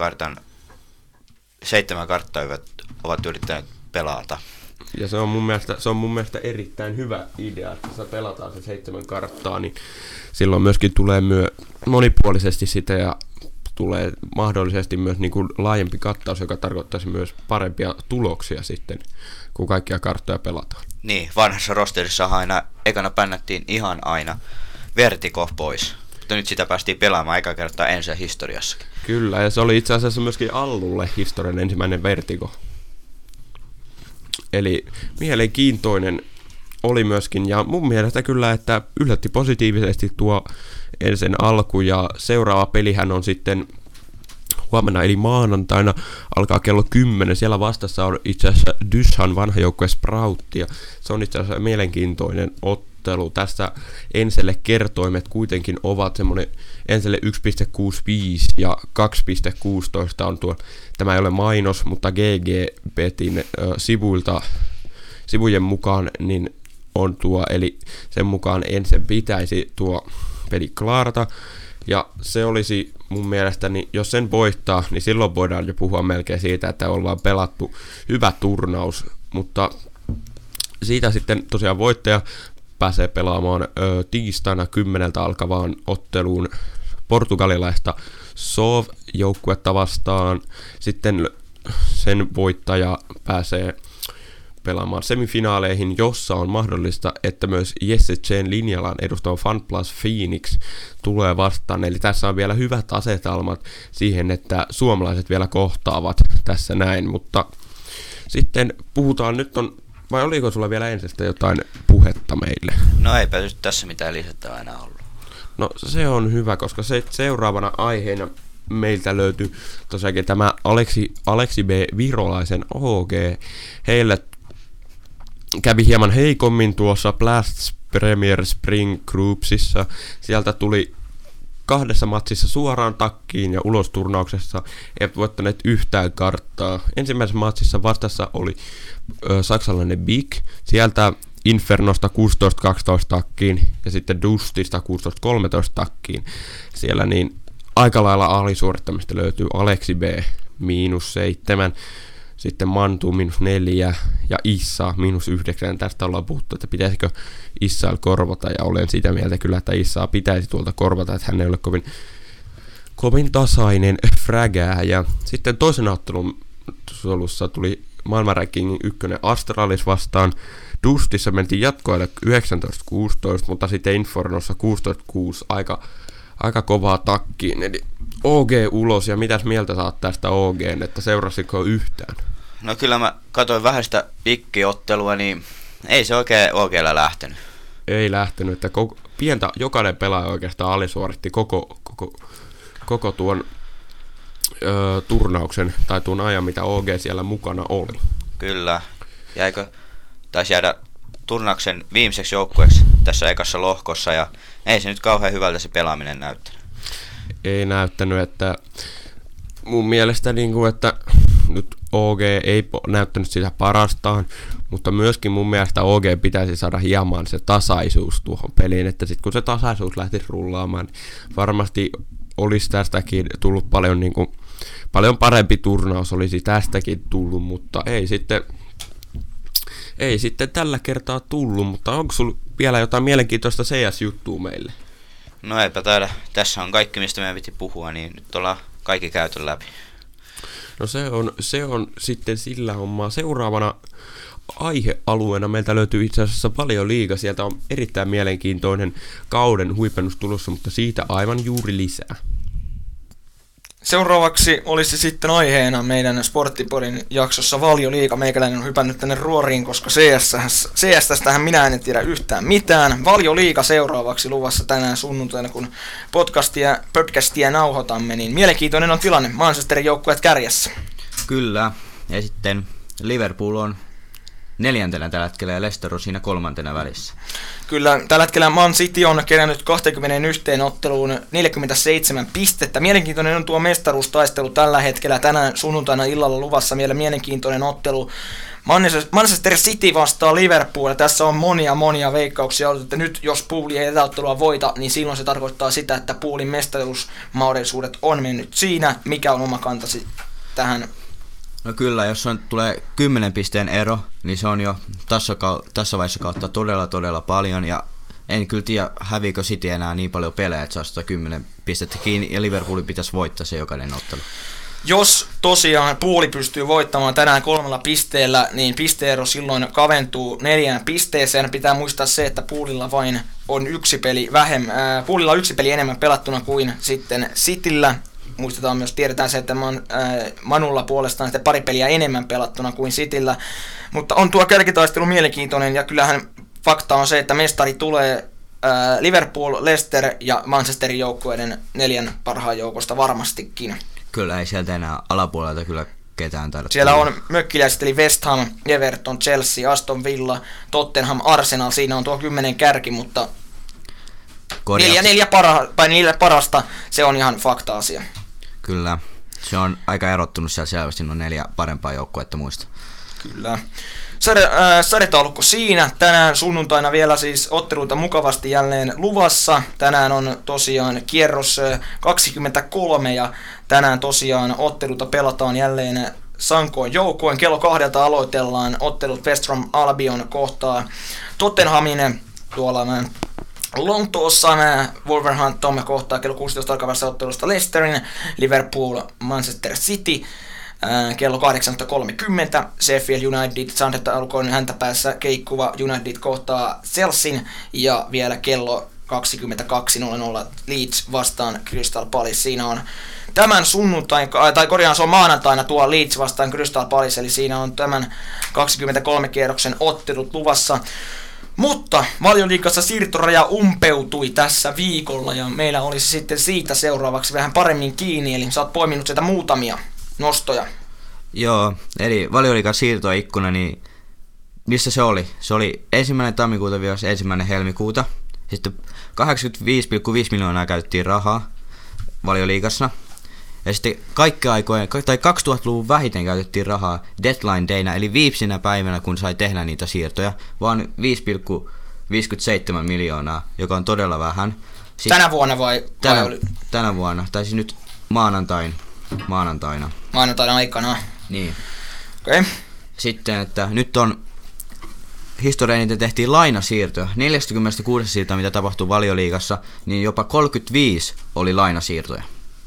karttaa ovat yrittäneet pelata. Ja se on mun mielestä erittäin hyvä idea, että jos pelataan se 7 karttaa, niin silloin myöskin tulee monipuolisesti sitä ja tulee mahdollisesti myös niin kuin laajempi kattaus, joka tarkoittaisi myös parempia tuloksia sitten, kun kaikkia karttoja pelataan. Niin, vanhassa rosterissa aina ekana bännättiin ihan aina Vertigo pois. Mutta nyt sitä päästiin pelaamaan eka kertaa ensin historiassakin. Kyllä, ja se oli itse asiassa myöskin Allulle historian ensimmäinen Vertigo. Eli mielenkiintoinen oli myöskin, ja mun mielestä kyllä, että yllätti positiivisesti tuo ensin alku, ja seuraava pelihän on sitten huomenna, eli maanantaina, alkaa kello 10. Siellä vastassa on itse asiassa Dyshan vanha joukkue Sprout, ja se on itse asiassa mielenkiintoinen ottelu. Tässä Enselle kertoimet kuitenkin ovat semmoinen Enselle 1,65 ja 2,16 on tuo, tämä ei ole mainos, mutta GG-betin sivujen mukaan niin on tuo, eli sen mukaan Ensen pitäisi tuo peli klaarata, ja se olisi mun mielestäni, jos sen voittaa, niin silloin voidaan jo puhua melkein siitä, että ollaan pelattu hyvä turnaus, mutta siitä sitten tosiaan voittaja pääsee pelaamaan tiistaina 10 alkavaan otteluun portugalilaista SOV-joukkuetta vastaan. Sitten sen voittaja pääsee pelaamaan semifinaaleihin, jossa on mahdollista, että myös Jesse Chen linjalan edustava FunPlus Phoenix tulee vastaan. Eli tässä on vielä hyvät asetelmat siihen, että suomalaiset vielä kohtaavat tässä näin. Mutta sitten puhutaan, nyt on, vai oliko sulla vielä ensistä jotain puhetta meille? No eipä nyt tässä mitään lisättävää enää ollut. No se on hyvä, koska seuraavana aiheena meiltä löytyy tosiaankin tämä Aleksi B. Virolaisen OG. Heille kävi hieman heikommin tuossa Blast Premier Spring Groupsissa. Sieltä tuli 2 matsissa suoraan takkiin ja ulos turnauksessa eivät voittaneet yhtään karttaa. Ensimmäisessä matsissa vastassa oli saksalainen Big. Sieltä Infernosta 16-12 takkiin ja sitten Dustista 16-13 takkiin. Siellä niin aika lailla alisuorittamista löytyy Aleksi B -7, sitten Mantu -4 ja Issa -9. Tästä ollaan puhuttu, että pitäisikö Issail korvata, ja olen sitä mieltä kyllä, että Issaa pitäisi tuolta korvata, että hän ei ole kovin tasainen fragää. Ja sitten toisen ottelussa tuli maailmanrankingin 1 Astralis vastaan. Dustissa mentiin jatkoille 19-16, mutta sitten Infernossa 16-6 aika kovaa takkiin. Eli OG ulos, ja mitäs mieltä saat tästä OG:n, että seurasiko yhtään? No kyllä mä katsoin vähän sitä pikkiottelua, niin ei se oikein OG:llä lähtenyt. Ei lähtenyt, että jokainen pelaaja oikeastaan alisuoritti koko tuon turnauksen tai tuon ajan, mitä OG siellä mukana oli. Kyllä. Taisi jäädä turnauksen viimeiseksi joukkueeksi tässä ekassa lohkossa, ja ei se nyt kauhean hyvältä se pelaaminen näyttänyt. Ei näyttänyt, että mun mielestä että nyt OG ei näyttänyt sitä parastaan, mutta myöskin mun mielestä OG pitäisi saada hieman se tasaisuus tuohon peliin, että sitten kun se tasaisuus lähti rullaamaan, niin varmasti olisi tästäkin tullut paljon parempi turnaus olisi tästäkin tullut, mutta ei sitten tällä kertaa tullut. Mutta onko sulla vielä jotain mielenkiintoista CS-juttua meille? No eipä taida. Tässä on kaikki, mistä meidän piti puhua, niin nyt ollaan kaikki käyty läpi. No se on sitten sillä hommaa. Seuraavana aihealueena meiltä löytyy itse asiassa paljon liiga. Sieltä on erittäin mielenkiintoinen kauden huipennus tulossa, mutta siitä aivan juuri lisää. Seuraavaksi olisi sitten aiheena meidän Sporttipodin jaksossa Valioliiga. Meikäläinen on hypännyt tänne ruoriin, koska CS-tästähän minä en tiedä yhtään mitään. Valioliiga seuraavaksi luvassa tänään sunnuntaina, kun podcastia nauhoitamme, niin mielenkiintoinen on tilanne. Manchesterin joukkueet kärjessä. Kyllä, ja sitten Liverpool on 4. tällä hetkellä ja Leicester on siinä 3. välissä. Kyllä, tällä hetkellä Man City on kerännyt 21 otteluun 47 pistettä. Mielenkiintoinen on tuo mestaruustaistelu tällä hetkellä. Tänään sunnuntaina illalla luvassa vielä mielenkiintoinen ottelu. Manchester City vastaa Liverpool. Tässä on monia veikkauksia. Että nyt jos Pooli ei etäottelua voita, niin silloin se tarkoittaa sitä, että Poolin mestaruusmahdollisuudet on mennyt siinä. Mikä on oma kantasi tähän? No kyllä, jos tulee 10 pisteen ero, niin se on jo tässä vaiheessa kautta todella paljon, ja en kyllä tiedä, häviikö City enää niin paljon pelejä, että saa 10 pistettä kiinni, ja Liverpoolin pitäisi voittaa se jokainen ottelu. Jos tosiaan Pooli pystyy voittamaan tänään 3 pisteellä, niin pisteero silloin kaventuu 4 pisteeseen. Pitää muistaa se, että Poolilla vain on 1 peli vähemmän, Poolilla on 1 peli enemmän pelattuna kuin sitten Cityllä. Muistetaan myös, tiedetään se, että Manulla puolestaan sitten 2 peliä enemmän pelattuna kuin Cityllä. Mutta on tuo kärkitaistelu mielenkiintoinen, ja kyllähän fakta on se, että mestari tulee Liverpool, Leicester ja Manchesterin joukkueiden 4 parhaan joukosta varmastikin. Kyllä, ei sieltä enää alapuolelta kyllä ketään taida. Siellä on mökkiläiset, eli West Ham, Everton, Chelsea, Aston Villa, Tottenham, Arsenal. Siinä on tuo 10 kärki, mutta 4 parasta, se on ihan fakta-asia. Kyllä, se on aika erottunut siellä selvästi, on 4 parempaa joukkuetta muista. Kyllä. Sarjataulukko siinä. Tänään sunnuntaina vielä siis otteluita mukavasti jälleen luvassa. Tänään on tosiaan kierros 23 ja tänään tosiaan otteluita pelataan jälleen sankoin joukoin. Kello 2 aloitellaan ottelut West Ham Albion kohtaa Tottenhamin. tuolla Lontoossa Wolverhampton kohtaa kello 16 alkavassa ottelusta Leicesterin, Liverpool Manchester City kello 18.30, Sheffield United Sandhurst häntä päässä keikkuva United kohtaa Chelsean ja vielä kello 22.00 Leeds vastaan Crystal Palace. Siinä on tämän sunnuntain, tai korjaan se on maanantaina tuo Leeds vastaan Crystal Palace, eli siinä on tämän 23 kierroksen ottelut luvassa. Mutta Valioliigassa siirtoraja umpeutui tässä viikolla ja meillä olisi sitten siitä seuraavaksi vähän paremmin kiinni, eli sä oot poiminut sieltä muutamia nostoja. Joo, eli Valioliigan siirtoikkuna, niin missä se oli? Se oli 1. tammikuuta 1. helmikuuta. Sitten 85,5 miljoonaa käytettiin rahaa Valioliigassa. Ja sitten kaikki aikojen, tai 2000-luvun vähiten käytettiin rahaa deadline dayna, eli viipsinä päivänä, kun sai tehdä niitä siirtoja, vaan 5,57 miljoonaa, joka on todella vähän. Tänä vuonna vai tänä vuonna, tai siis nyt maanantaina. Maanantaina aikana. Niin. Okei. Okay. Sitten, että nyt on historiaa niitä tehtiin lainasiirtoja. 46 siirtoa, mitä tapahtui Valioliigassa, niin jopa 35 oli lainasiirtoja.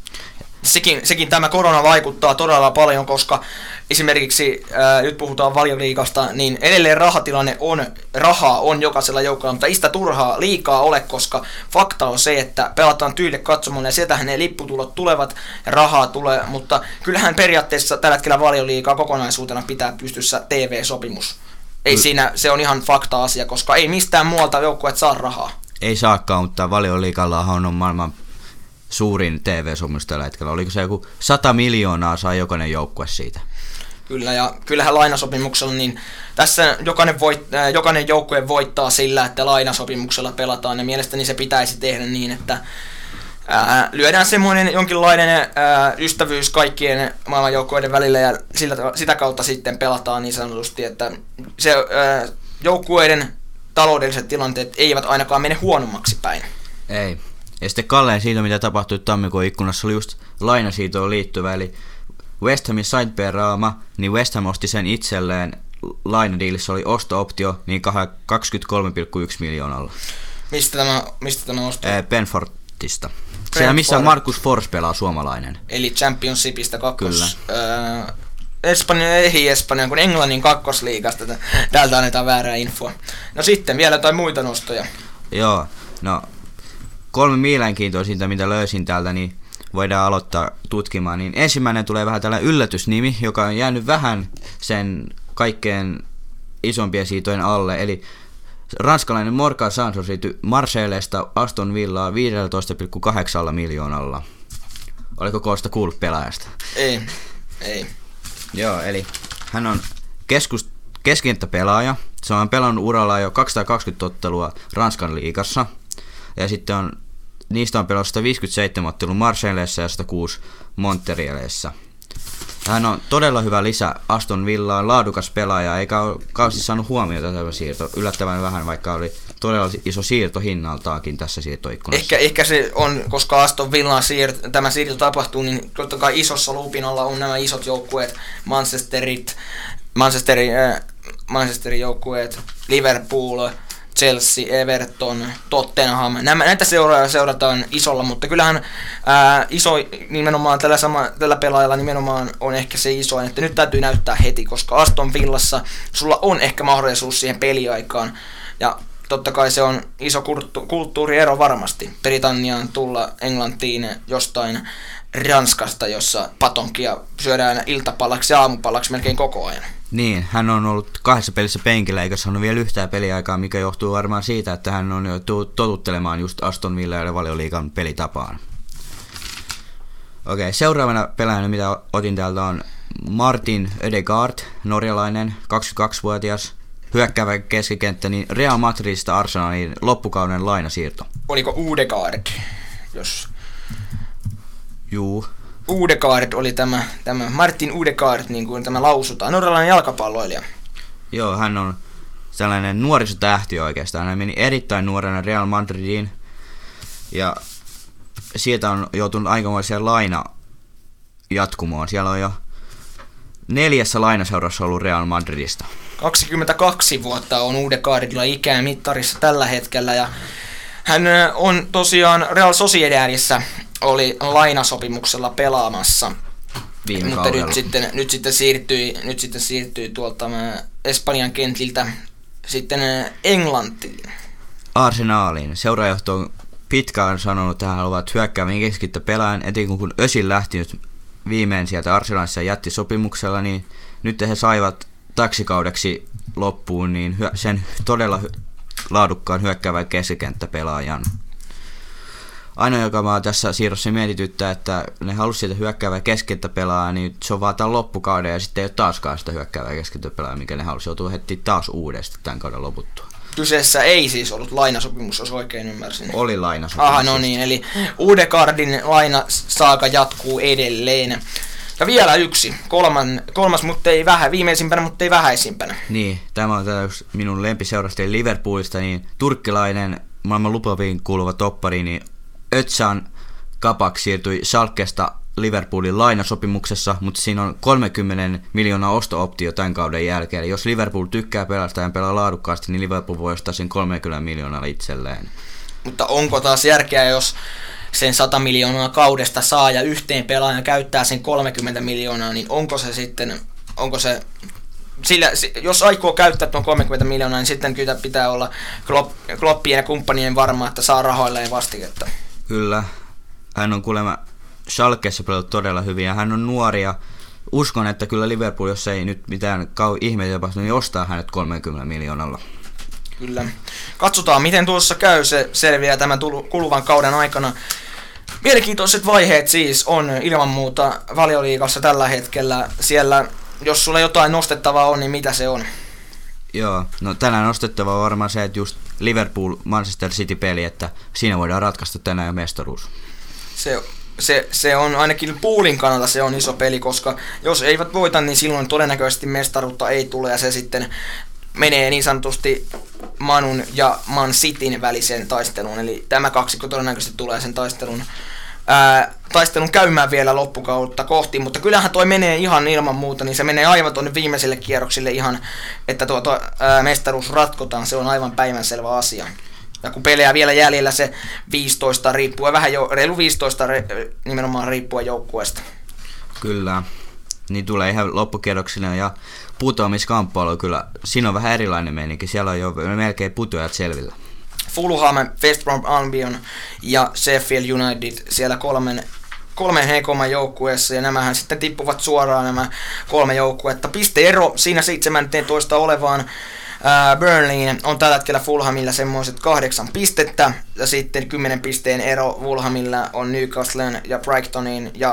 Sekin tämä korona vaikuttaa todella paljon, koska esimerkiksi nyt puhutaan Valioliigasta, niin edelleen rahaa on jokaisella joukkueella, mutta ei sitä turhaa liikaa ole, koska fakta on se, että pelataan tyylille katsomolle ja sieltähän ne lipputulot tulevat ja rahaa tulee, mutta kyllähän periaatteessa tällä hetkellä Valioliigaa kokonaisuutena pitää pystyssä TV-sopimus. Ei siinä, se on ihan fakta-asia, koska ei mistään muualta joukkueet saa rahaa. Ei saakaan, mutta Valioliigallahan on maailman suurin TV-sopimus tällä hetkellä. Oliko se joku 100 miljoonaa saa jokainen joukkue siitä? Kyllä, ja kyllähän lainasopimuksella, niin tässä jokainen joukkue voittaa sillä, että lainasopimuksella pelataan, ja mielestäni se pitäisi tehdä niin, että lyödään semmoinen jonkinlainen ystävyys kaikkien maailmanjoukkueiden välillä, ja sitä kautta sitten pelataan niin sanotusti, että se joukkueiden taloudelliset tilanteet eivät ainakaan mene huonommaksi päin. Ei. Ja sitten Kalleen siitä, mitä tapahtui tammikuun ikkunassa, oli just lainasiitoon liittyvä, eli West Hamin sideberaama, niin West Ham osti sen itselleen, lainadiilissä oli osto-optio, niin 23,1 miljoonalla. Mistä tämä osto? Benfordista. Sehän missä Marcus Forss pelaa, suomalainen. Eli Championshipista Espanjan kuin Englannin kakkosliigasta. Täältä annetaan väärää infoa. No sitten vielä jotain muita nostoja. Joo, no 3 mielenkiintoisinta, mitä löysin täältä, niin voidaan aloittaa tutkimaan. Niin ensimmäinen tulee vähän tällainen yllätysnimi, joka on jäänyt vähän sen kaikkein isompien siitojen alle. Eli ranskalainen Morgan Sanson siirtyi Marseillesta Aston Villaan 15,8 miljoonalla. Oliko koosta kuullut pelaajasta? Ei. Joo, eli hän on keskikenttäpelaaja. Se on pelannut uralla jo 220 ottelua Ranskan liigassa. Ja sitten niistä on pelannut 157 ottelua Marseillessa ja 106 Montrealissa. Hän on todella hyvä lisä Aston Villaan, laadukas pelaaja, eikä ole kauheasti saanut huomiota tämä siirto. Yllättävän vähän, vaikka oli todella iso siirto hinnaltaakin tässä siirtoikkunassa. Ehkä se on, koska Aston Villaan tämä siirto tapahtuu, niin totta kai isossa luupin alla on nämä isot joukkueet, Manchesterin joukkueet, Liverpool, Chelsea, Everton, Tottenham. Näitä seurataan isolla, mutta kyllähän iso nimenomaan tällä pelaajalla nimenomaan on ehkä se iso, että nyt täytyy näyttää heti, koska Aston Villassa sulla on ehkä mahdollisuus siihen peliaikaan. Ja totta kai se on iso kulttuuriero varmasti. Britanniaan tulla Englantiin jostain Ranskasta, jossa patonkia syödään iltapalaksi ja aamupalaksi melkein koko ajan. Niin, hän on ollut 2 pelissä penkillä eikä saanut vielä yhtään peliaikaa, mikä johtuu varmaan siitä, että hän on jo totuttelemaan just Aston Villa ja Valioliigan pelitapaan. Okei, seuraavana pelaajana, mitä otin täältä, on Martin Ødegaard, norjalainen, 22-vuotias, hyökkäävä keskikenttä, niin Real Madridista Arsenaliin loppukauden lainasiirto. Oliko Ødegaard, jos... Juu. Ødegaard oli tämä Martin Ødegaard, niin kuin tämä lausutaan, norjalainen jalkapalloilija. Joo, hän on sellainen nuorisotähti oikeastaan. Hän meni erittäin nuorena Real Madridiin ja sieltä on joutunut aikamoiseen laina jatkumoon. Siellä on jo 4 lainaseurassa ollut Real Madridista. 22 vuotta on Udegardilla ikää mittarissa tällä hetkellä ja hän on tosiaan Real Sociedadissa oli lainasopimuksella pelaamassa. Viime mutta kaudella. nyt sitten siirtyi tuolta Espanjan kentiltä sitten Englantiin. Arsenaaliin. Seuraajohto on pitkään sanonut, että he haluavat hyökkäävän keskittä pelaajan, etenkin kun Özil lähti nyt viimein sieltä Arsenalissa jätti sopimuksella, niin nyt he saivat taksikaudeksi loppuun niin sen todella laadukkaan hyökkäävän keskikenttäpelaajan. Ainoa, joka vaan tässä siirrossa mietityttää, että ne halusi sieltä hyökkäävää keskikenttäpelaajaa, niin se on vaan tämän loppukauden ja sitten ei ole taaskaan sitä hyökkäävää keskikenttäpelaajaa, mikä ne halusi joutua heti taas uudestaan tämän kauden loputtua. Kyseessä ei siis ollut lainasopimus, jos oikein ymmärsin. Oli lainasopimus. Aha, no niin, eli Udegardin lainasaaga jatkuu edelleen. Ja vielä yksi, kolmas mutta ei viimeisimpänä, mutta ei vähäisimpänä. Niin, tämä on minun lempiseurasta Liverpoolista, niin turkkilainen maailman lupaviin kuuluva toppari, niin Özcan Kabak siirtyi Schalkesta Liverpoolin lainasopimuksessa, mutta siinä on 30 miljoonaa osto-optio tämän kauden jälkeen. Eli jos Liverpool tykkää pelasta ja pelaa laadukkaasti, niin Liverpool voi ostaa sen 30 miljoonaa itselleen. Mutta onko taas järkeä, jos sen 100 miljoonaa kaudesta saa ja yhteen pelaajan käyttää sen 30 miljoonaa, niin jos aikoo käyttää tuon 30 miljoonaa, niin sitten kyllä pitää olla Kloppien ja kumppanien varma, että saa rahoilleen vastiketta. Kyllä. Hän on kuulemma Schalkessa pelannut todella hyvin ja hän on nuori ja uskon, että kyllä Liverpool, jos ei nyt mitään ihmeitä tapahtunut, niin ostaa hänet 30 miljoonalla. Kyllä. Katsotaan, miten tuossa käy. Se selviää tämän kuluvan kauden aikana. Mielenkiintoiset vaiheet siis on ilman muuta Valioliigassa tällä hetkellä. Siellä, jos sulla jotain nostettavaa on, niin mitä se on? Joo, no tänään nostettavaa on varmaan se, että just Liverpool-Manchester City-peli, että siinä voidaan ratkaista tänään jo mestaruus. Se on ainakin Poolin kannalta se on iso peli, koska jos eivät voita, niin silloin todennäköisesti mestaruutta ei tule ja se sitten menee niin sanotusti Manun ja Man Cityn väliseen taisteluun. Eli tämä kaksikko todennäköisesti tulee sen taistelun käymään vielä loppukautta kohti, mutta kyllähän toi menee ihan ilman muuta, niin se menee aivan tuonne viimeiselle kierroksille ihan, että mestaruus ratkotaan, se on aivan päivänselvä asia. Ja kun pelejä vielä jäljellä se 15 riippuen, reilu 15 nimenomaan riippuen joukkueesta. Kyllä, niin tulee ihan loppukierroksille ja putoamiskamppailu kyllä, siinä on vähän erilainen meininki, siellä on jo melkein putoajat selvillä. Fulham, West Brom Albion ja Sheffield United siellä kolmen heikomman joukkueessa ja nämähän sitten tippuvat suoraan nämä 3 joukkuetta. Pisteero siinä 17 olevaan Burnleyin on tällä hetkellä Fulhamilla semmoiset 8 pistettä ja sitten 10 pisteen ero Fulhamilla on Newcastlen ja Brightonin ja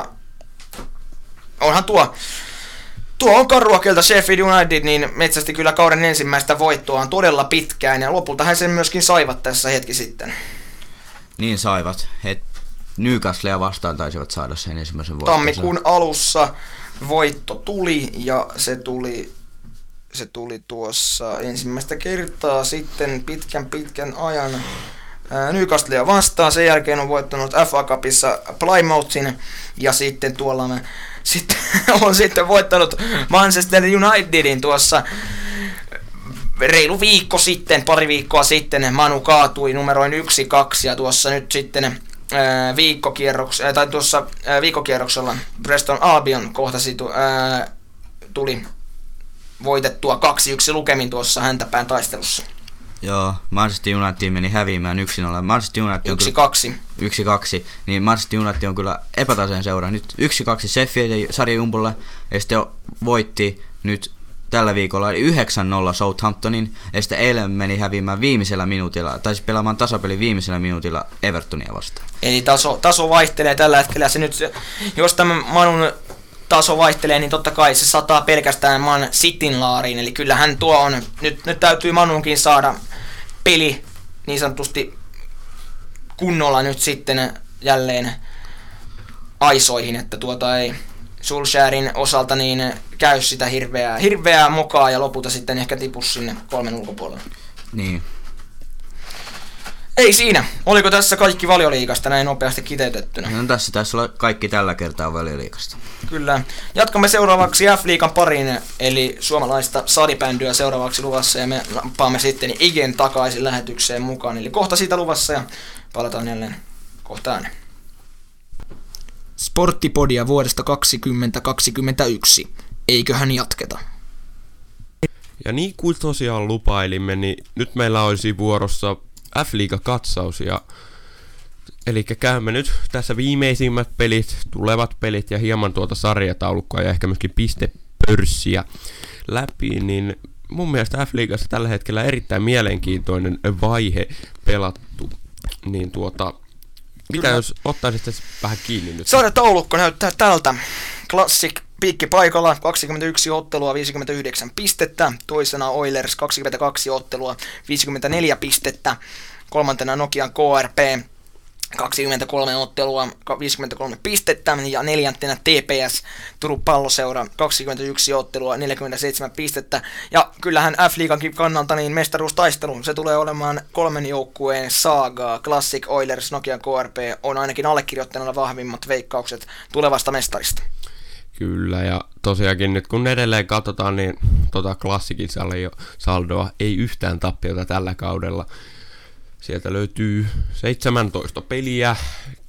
onhan tuo on karua keltä Sheffield United, niin metsästi kyllä kauden ensimmäistä voittoaan todella pitkään ja lopulta he sen myöskin saivat tässä hetki sitten. Niin saivat. He Newcastlea vastaan taisivat saada sen ensimmäisen voittonsa. Tammikuun alussa voitto tuli ja se tuli tuossa ensimmäistä kertaa sitten pitkän ajan Newcastlea vastaan. Sen jälkeen on voittanut FA Cupissa Plymouthin ja sitten on sitten voittanut Manchester Unitedin tuossa reilu pari viikkoa sitten. Manu kaatui numeroin 1-2 ja tuossa nyt sitten viikkokierroksella Preston Albion kohtasi tuli voitettua 2-1 lukemin tuossa häntäpään taistelussa. Joo, Manchester United meni häviämään 1-0. Manchester United on 1-2. Niin Manchester United on kyllä epätasainen seura. Nyt 1-2 Sheffield sarjajumpulle ja sitten voitti nyt tällä viikolla 9-0 Southamptonin ja sitten eilen meni häviämään viimeisellä minuutilla, tai siis pelaamaan tasapeli viimeisellä minuutilla Evertonia vastaan. Eli taso vaihtelee tällä hetkellä. Jos tämä Manun taso vaihtelee, niin totta kai se sataa pelkästään Man Cityn laariin. Eli kyllähän tuo on, nyt täytyy Manunkin saada peli niin sanotusti kunnolla nyt sitten jälleen aisoihin, että ei Solskjaerin osalta niin käy sitä hirveää mokaa ja lopulta sitten ehkä tipu sinne 3 ulkopuolelle. Niin. Ei siinä. Oliko tässä kaikki Valioliigasta näin nopeasti kiteytettynä? No tässä taisi olla kaikki tällä kertaa Valioliigasta. Kyllä. Jatkamme seuraavaksi F-liigan pariin, eli suomalaista sadibändyä seuraavaksi luvassa, ja me nappaamme sitten Igen takaisin lähetykseen mukaan. Eli kohta siitä luvassa, ja palataan jälleen kohtaan. Sporttipodia vuodesta 2021. Eiköhän jatketa. Ja niin kuin tosiaan lupailimme, niin nyt meillä olisi vuorossa F-liiga-katsaus. Eli käymme nyt tässä viimeisimmät pelit, tulevat pelit ja hieman tuota sarjataulukkoa ja ehkä myöskin pistepörssiä läpi. Niin mun mielestä F-liigassa tällä hetkellä erittäin mielenkiintoinen vaihe pelattu. Niin mitä jos ottaisit vähän kiinni nyt? Sarjataulukko näyttää tältä. Classic piikki paikalla, 21 ottelua, 59 pistettä. Toisena Oilers 22 ottelua, 54 pistettä. Kolmantena Nokian KRP 23 ottelua, 53 pistettä. Ja neljäntenä TPS Turun Palloseura 21 ottelua, 47 pistettä. Ja kyllähän F-liigankin kannalta niin mestaruustaistelu, se tulee olemaan 3 joukkueen saagaa. Classic, Oilers, Nokian KRP on ainakin allekirjoittajana vahvimmat veikkaukset tulevasta mestarista. Kyllä, ja tosiaankin nyt kun edelleen katsotaan, niin Classicin saldoa ei yhtään tappiota tällä kaudella. Sieltä löytyy 17 peliä,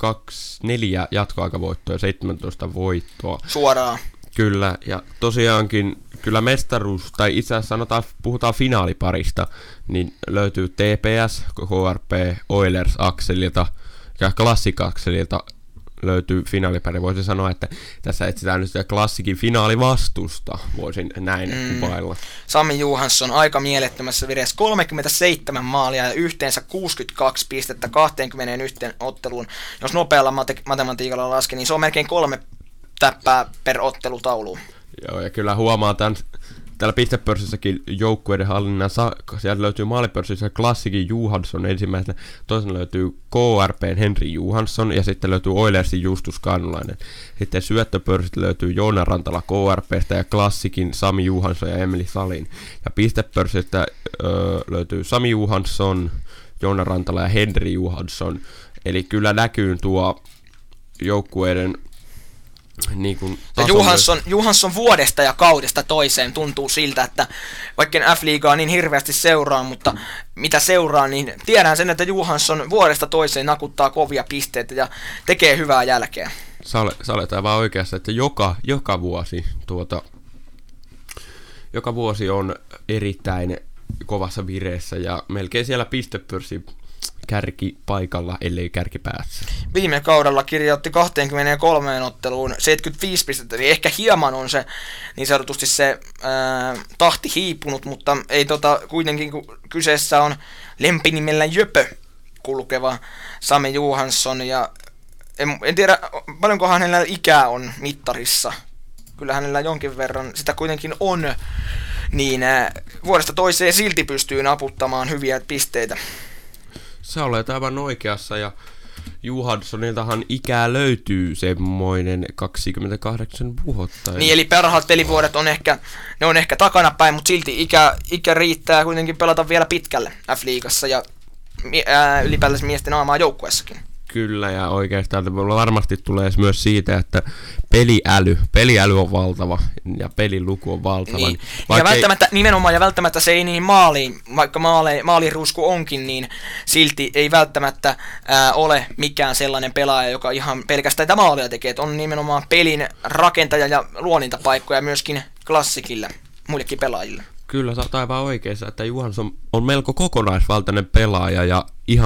4 jatkoaikavoittoa ja 17 voittoa. Suoraan. Kyllä, ja tosiaankin kyllä mestaruus, tai itse asiassa puhutaan finaaliparista, niin löytyy TPS, KRP, Oilers akselilta ja Classic akselilta löytyy finaalipari. Voisin sanoa, että tässä etsitään nyt sitä Classicin finaalivastusta, voisin näin kuvailla. Sami Johansson aika mielettömässä vireessä, 37 maalia ja yhteensä 62 pistettä 21 otteluun. Jos nopealla matematiikalla lasken, niin se on melkein 3 täppää per ottelutauluun. Joo, ja kyllä huomaa täällä pistepörssissäkin joukkueiden hallinnan, sieltä löytyy maalipörssissä Classicin Johansson ensimmäisenä, toisena löytyy KRPn Henri Johansson ja sitten löytyy Oilersin Justus Kannulainen. Sitten syöttöpörssit löytyy Joona Rantala KRPstä ja Classicin Sami Johansson ja Emeli Salin. Ja pistepörssistä löytyy Sami Johansson, Joona Rantala ja Henri Johansson. Eli kyllä näkyy tuo joukkueiden niin kuin Johansson vuodesta ja kaudesta toiseen tuntuu siltä, että vaikka F-liigaa niin hirveästi seuraa, mutta mitä seuraa, niin tiedän sen, että Johansson vuodesta toiseen nakuttaa kovia pisteitä ja tekee hyvää jälkeä. Sä olet aivan oikeassa, että joka vuosi on erittäin kovassa vireessä ja melkein siellä pistepörssi kärki paikalla, ellei kärki päässä. Viime kaudella kirjoitti 23 otteluun 75 pistettä, eli ehkä hieman on se niin sanotusti se tahti hiipunut, mutta ei kuitenkin kun kyseessä on lempinimellä Jöpö kulkeva Sami Johansson, ja en tiedä paljonko hänellä ikää on mittarissa. Kyllä hänellä jonkin verran sitä kuitenkin on, niin vuodesta toiseen silti pystyy naputtamaan hyviä pisteitä. Sä olet aivan oikeassa, ja Johanssoniltahan ikää löytyy semmoinen 28 vuotta. Niin, eli parhaat pelivuodet on ehkä takanapäin, mutta silti ikä riittää kuitenkin pelata vielä pitkälle F-liigassa ja ylipäätään miesten aamaa joukkueessakin. Kyllä, ja oikeastaan varmasti tulee myös siitä, että peliäly on valtava ja peliluku on valtava. Niin. Ja välttämättä se ei niin maaliin, vaikka maaliruusku onkin, niin silti ei välttämättä ole mikään sellainen pelaaja, joka ihan pelkästään maalia tekee. Et on nimenomaan pelin rakentaja ja luonintapaikkoja myöskin Classicille, muillekin pelaajille. Kyllä, sä oot aivan oikeassa, että Johansson on melko kokonaisvaltainen pelaaja ja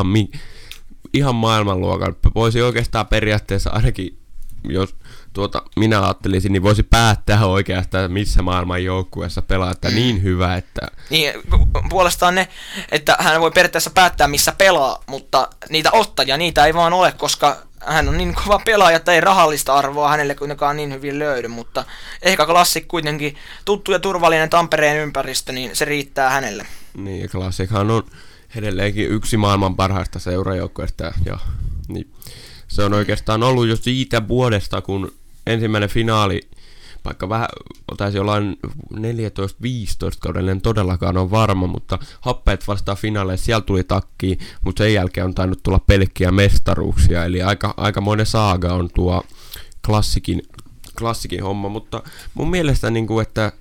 ihan maailmanluokan. Voisi oikeastaan periaatteessa ainakin, jos minä ajattelisin, niin voisi päättää oikeastaan, missä maailman joukkueessa pelaa, että niin hyvä, että... Niin, puolestaan ne, että hän voi periaatteessa päättää, missä pelaa, mutta niitä ottajia, niitä ei vaan ole, koska hän on niin kova pelaaja, että ei rahallista arvoa hänelle kuitenkaan niin hyvin löydy, mutta ehkä Classic kuitenkin tuttu ja turvallinen Tampereen ympäristö, niin se riittää hänelle. Niin, ja Classichan on edelleenkin yksi maailman parhaista seurajoukkueista, ja niin, se on oikeastaan ollut jo siitä vuodesta, kun ensimmäinen vaikka vähän taisi olla 14-15 kaudella, en todellakaan ole varma, mutta Happeet vastaan finaaleissa, siellä tuli takkiin, mutta sen jälkeen on tainnut tulla pelkkiä mestaruuksia, eli aikamoinen saaga on tuo klassikin homma, mutta mun mielestä niin kuin, että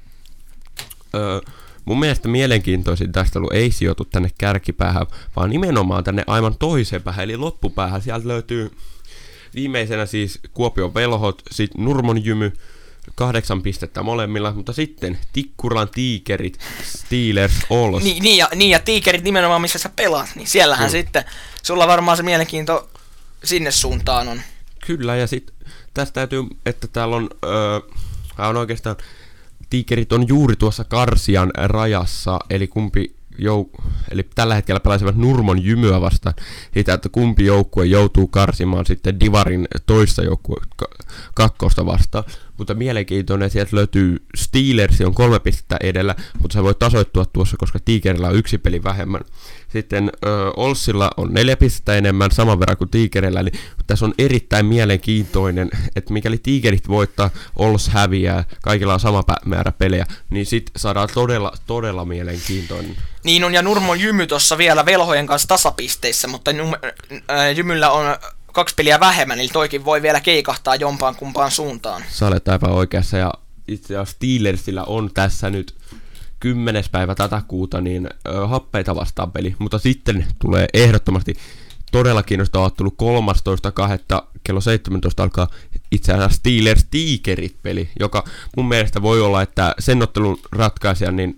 mun mielestä mielenkiintoisin taistelu ei sijoitu tänne kärkipäähän, vaan nimenomaan tänne aivan toiseen päähän, eli loppupäähän. Sieltä löytyy viimeisenä siis Kuopion Velhot, sitten Nurmon Jymy, 8 pistettä molemmilla, mutta sitten Tikkuran Tiikerit, Steelers, Ols. Niin, ja Tiikerit nimenomaan, missä sä pelaat, niin siellähän sitten, sulla varmaan se mielenkiinto sinne suuntaan on. Kyllä, ja sitten tästä täytyy, että täällä on oikeastaan, Tiikerit on juuri tuossa Karsian rajassa, eli eli tällä hetkellä pelaisivat Nurmon Jymyä vastaan siitä, että kumpi joukkue joutuu karsimaan sitten Divarin toista kakkosta vastaan. Mutta mielenkiintoinen, sieltä löytyy Steelers, on 3 pistettä edellä, mutta se voi tasoittua tuossa, koska Tiikerillä on 1 peli vähemmän. Sitten Olssilla on 4 pistettä enemmän, saman verran kuin Tiikerillä, eli tässä on erittäin mielenkiintoinen, että mikäli Tiikerit voittaa, Ols häviää, kaikilla on sama määrä pelejä, niin sit saadaan todella mielenkiintoinen. Niin on, ja Nurmon Jymy tuossa vielä Velhojen kanssa tasapisteissä, mutta Jymyllä on 2 peliä vähemmän, eli toikin voi vielä keikahtaa jompaan kumpaan suuntaan. Sä olet aivan oikeassa, ja itse asiassa Steelersillä on tässä nyt 10. päivä tätä kuuta niin Happeita vastaan peli, mutta sitten tulee ehdottomasti todella kiinnostava ottelu 13.2. kello 17 alkaa itse asiassa Steelers Tiikerit peli, joka mun mielestä voi olla, että sen ottelun ratkaisija, niin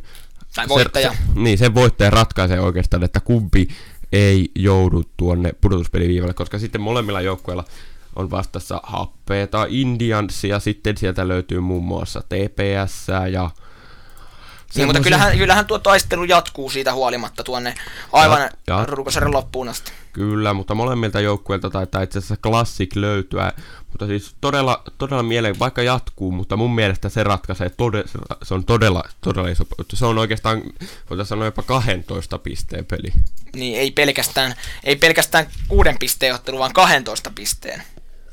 sen voittaja ratkaisee oikeastaan, että kumpi ei joudu tuonne pudotuspeliviivalle, koska sitten molemmilla joukkueilla on vastassa Happeeta, Indians ja sitten sieltä löytyy muun muassa TPS ja niin, mutta kyllähän tuo taistelu jatkuu siitä huolimatta tuonne aivan ruukosarjan loppuun asti. Kyllä, mutta molemmilta joukkueilta taitaa itse asiassa Classic löytyä, mutta siis todella mieleen, vaikka jatkuu, mutta mun mielestä se ratkaisee, se on todella iso, se on oikeastaan, voitaisiin sanoa jopa 12 pisteen peli. Niin, ei pelkästään 6 pisteen ottelu, vaan 12 pisteen.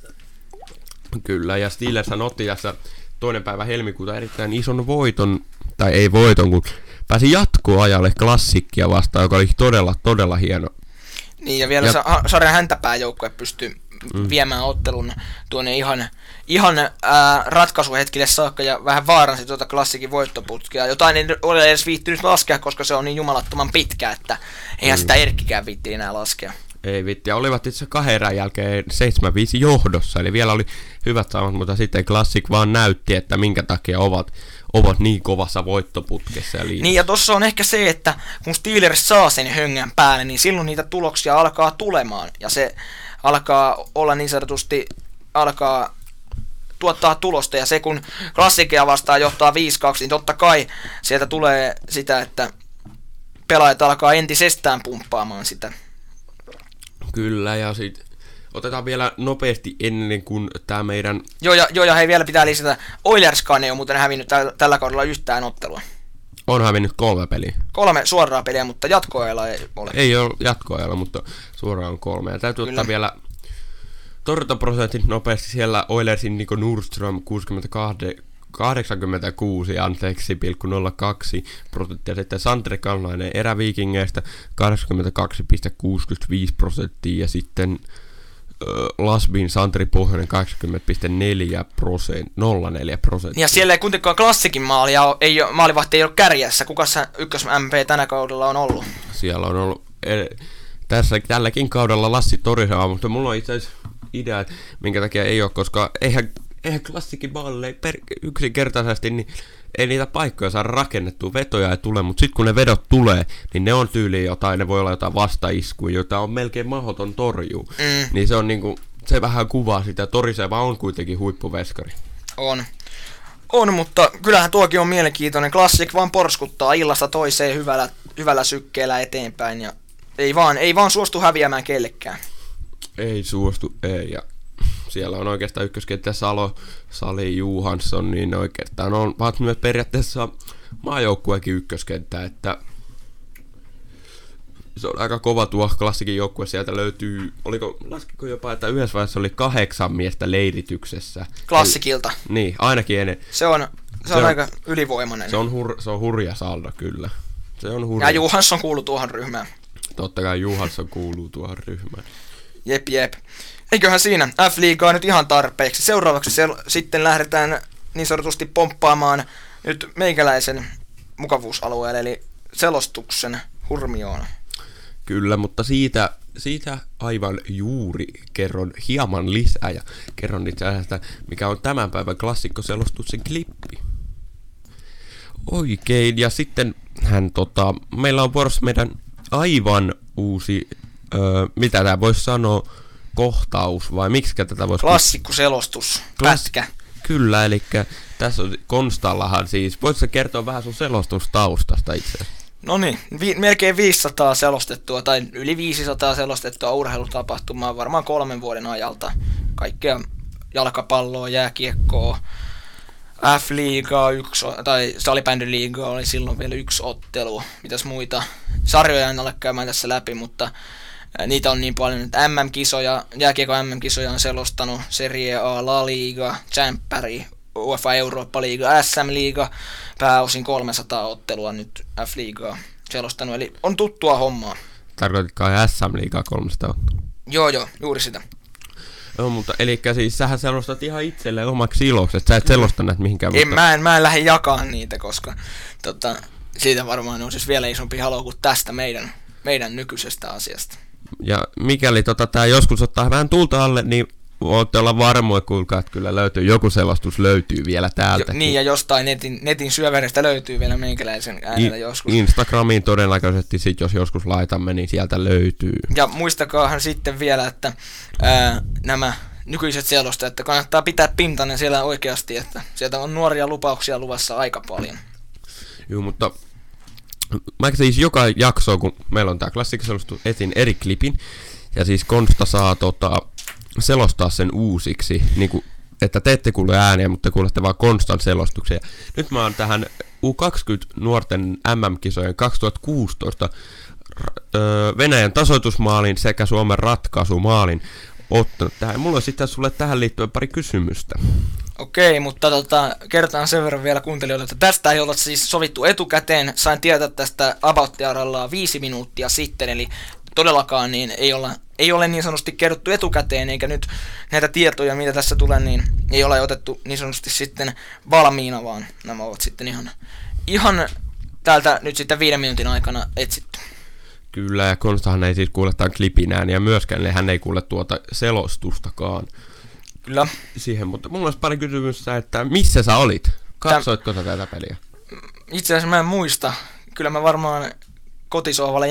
Kyllä, ja Steelershän otti tässä 2. päivä helmikuuta erittäin ison voiton, tai ei voiton, kun pääsi jatkoajalle Klassikkia vastaan, joka oli todella hieno. Niin, ja vielä sarjan häntäpääjoukkue pystyy viemään ottelun tuonne ihan ratkaisuhetkille saakka, ja vähän vaaransi tuota Klassikin voittoputkea. Jotain ei ole edes viittynyt laskea, koska se on niin jumalattoman pitkä, että eihän sitä Erkkikään viitti enää laskea. Ei vitti, ja olivat itse 2 erän jälkeen 7-5 johdossa, eli vielä oli hyvät saamat, mutta sitten Classic vaan näytti, että minkä takia ovat niin kovassa voittoputkessa. Niin, ja tossa on ehkä se, että kun Steelers saa sen höngän päälle, niin silloin niitä tuloksia alkaa tulemaan, ja se alkaa olla niin sanotusti, alkaa tuottaa tulosta, ja se kun Classicia vastaan johtaa 5-2, niin totta kai sieltä tulee sitä, että pelaajat alkaa entisestään pumppaamaan sitä. Kyllä, ja sitten otetaan vielä nopeasti ennen kuin tämä meidän... Joo, ja hei, vielä pitää lisätä, Oilerskaan ei ole muuten hävinnyt tällä kaudella yhtään ottelua. On hävinnyt 3 peliä. 3 suoraa peliä, mutta jatkoajalla ei ole. Ei ole jatkoajalla, mutta suoraan on 3. Ja täytyy ottaa vielä torjuntaprosentit nopeasti siellä Oilersin Nico Nordström 86,02%, sitten Santeri Kanlainen Eräviikingeistä 82,65% ja sitten Lasbin Santeri Pohjoinen 80,04%. Ja siellä ei kuitenkaan Klassikin maalivahti ei ole kärjessä. Kukas ykkös MP tänä kaudella on ollut? Siellä on ollut tälläkin kaudella Lassi Toriseva, mutta mulla on itse asiassa idea, että minkä takia ei ole, koska eihän Klassikin maalille yksinkertaisesti, niin ei niitä paikkoja saa rakennettua, vetoja ei tule, mutta sitten kun ne vedot tulee, niin ne on tyyliin jotain, ne voi olla jotain vastaiskuja, jota on melkein mahdoton torjuu. Niin se on niinku, se vähän kuvaa sitä, Toriseva on kuitenkin huippuveskari. On, mutta kyllähän tuokin on mielenkiintoinen. Classic vaan porskuttaa illasta toiseen hyvällä sykkeellä eteenpäin, ja ei vaan suostu häviämään kellekään. Ei suostu, ei, ja siellä on oikeastaan ykköskenttä Sali Johansson, niin oikeastaan on myös periaatteessa maajoukkueekin ykköskenttä, että se on aika kova tuo Klassikin joukkue. Sieltä löytyy, laskiko jopa, että yhdessä vaiheessa oli 8 miestä leirityksessä. Klassikilta. Niin, ainakin ennen. Se on aika ylivoimainen. Se on hurja saldo, kyllä. Se on hurja. Ja Johansson kuuluu tuohon ryhmään. Totta kai Johansson kuuluu tuohon ryhmään. Jep. Eiköhän siinä F-liigaa nyt ihan tarpeeksi. Seuraavaksi sitten lähdetään niin sanotusti pomppaamaan nyt meikäläisen mukavuusalueelle, eli selostuksen hurmioon. Kyllä, mutta siitä aivan juuri kerron hieman lisää ja kerron itse asiassa, mikä on tämän päivän klassikkoselostuksen klippi. Oikein, ja sitten meillä on vuorossa meidän aivan uusi, mitä tää voisi sanoa, kohtaus, vai miksikä tätä voisi... Klassikkoselostus, pätkä. Kyllä, eli tässä on Konstallahan siis, voitko kertoa vähän sun selostustaustasta itse? No niin, melkein 500 selostettua, tai yli 500 selostettua urheilutapahtumaa varmaan 3 vuoden ajalta. Kaikkea jalkapalloa, jääkiekkoa, F-liigaa, tai salibändyliigaa oli silloin vielä 1 ottelu. Mitäs muita sarjoja en ole käymään tässä läpi, mutta niitä on niin paljon, että MM-kisoja, jääkiekon MM-kisoja on selostanut, Serie A, La Liga, Champions, UEFA Eurooppa-liiga, SM-liiga, pääosin 300 ottelua nyt F-liigaa selostanut, eli on tuttua hommaa. Tarkoititko SM-liigaa 300 ottelua? Joo, juuri sitä. Joo, mutta eli siis sähän selostat ihan itselleen omaksi iloksi, että sä et selosta näitä mihinkään. Mä en lähde jakamaan niitä, koska siitä varmaan on siis vielä isompi halu kuin tästä meidän nykyisestä asiasta. Ja mikäli tää joskus ottaa vähän tulta alle, niin voitte olla varmoja, kuulkaa, että kyllä joku selostus löytyy vielä täältä. Niin, ja jostain netin syöverestä löytyy vielä meikäläisen äänellä joskus. Instagramiin todennäköisesti sit, jos joskus laitamme, niin sieltä löytyy. Ja muistakaahan sitten vielä, että nämä nykyiset selostajat, että kannattaa pitää pintanne siellä oikeasti, että sieltä on nuoria lupauksia luvassa aika paljon. Joo, mutta mä siis joka jakso, kun meillä on tää klassikkoselostus, etsin eri klipin, ja siis Konsta saa selostaa sen uusiksi, niin kuin, että te ette kuule ääniä, mutta kuulette vaan Konstan selostuksia. Nyt mä oon tähän U20 nuorten MM-kisojen 2016 Venäjän tasoitusmaalin sekä Suomen ratkaisumaalin ottanut tähän. Mulla on sitten sulle tähän liittyen pari kysymystä. Okei, mutta kertaan sen verran vielä kuuntelijoille, että tästä ei olla siis sovittu etukäteen. Sain tietää tästä About Tiaralla 5 minuuttia sitten, eli todellakaan niin ei ole niin sanotusti kerrottu etukäteen, eikä nyt näitä tietoja, mitä tässä tulee, niin ei ole otettu niin sanotusti sitten valmiina, vaan nämä ovat sitten ihan täältä nyt sitten 5 minuutin aikana etsitty. Kyllä, ja Konstahan ei siis kuule tämän klipin ääniä myöskään, eli hän ei kuule tuota selostustakaan. Kyllä. Siihen, mutta mulla olisi pari kysymystä, että missä sä olit? Katsoitko sä tätä peliä? Itse asiassa mä en muista. Kyllä mä varmaan kotisohvalla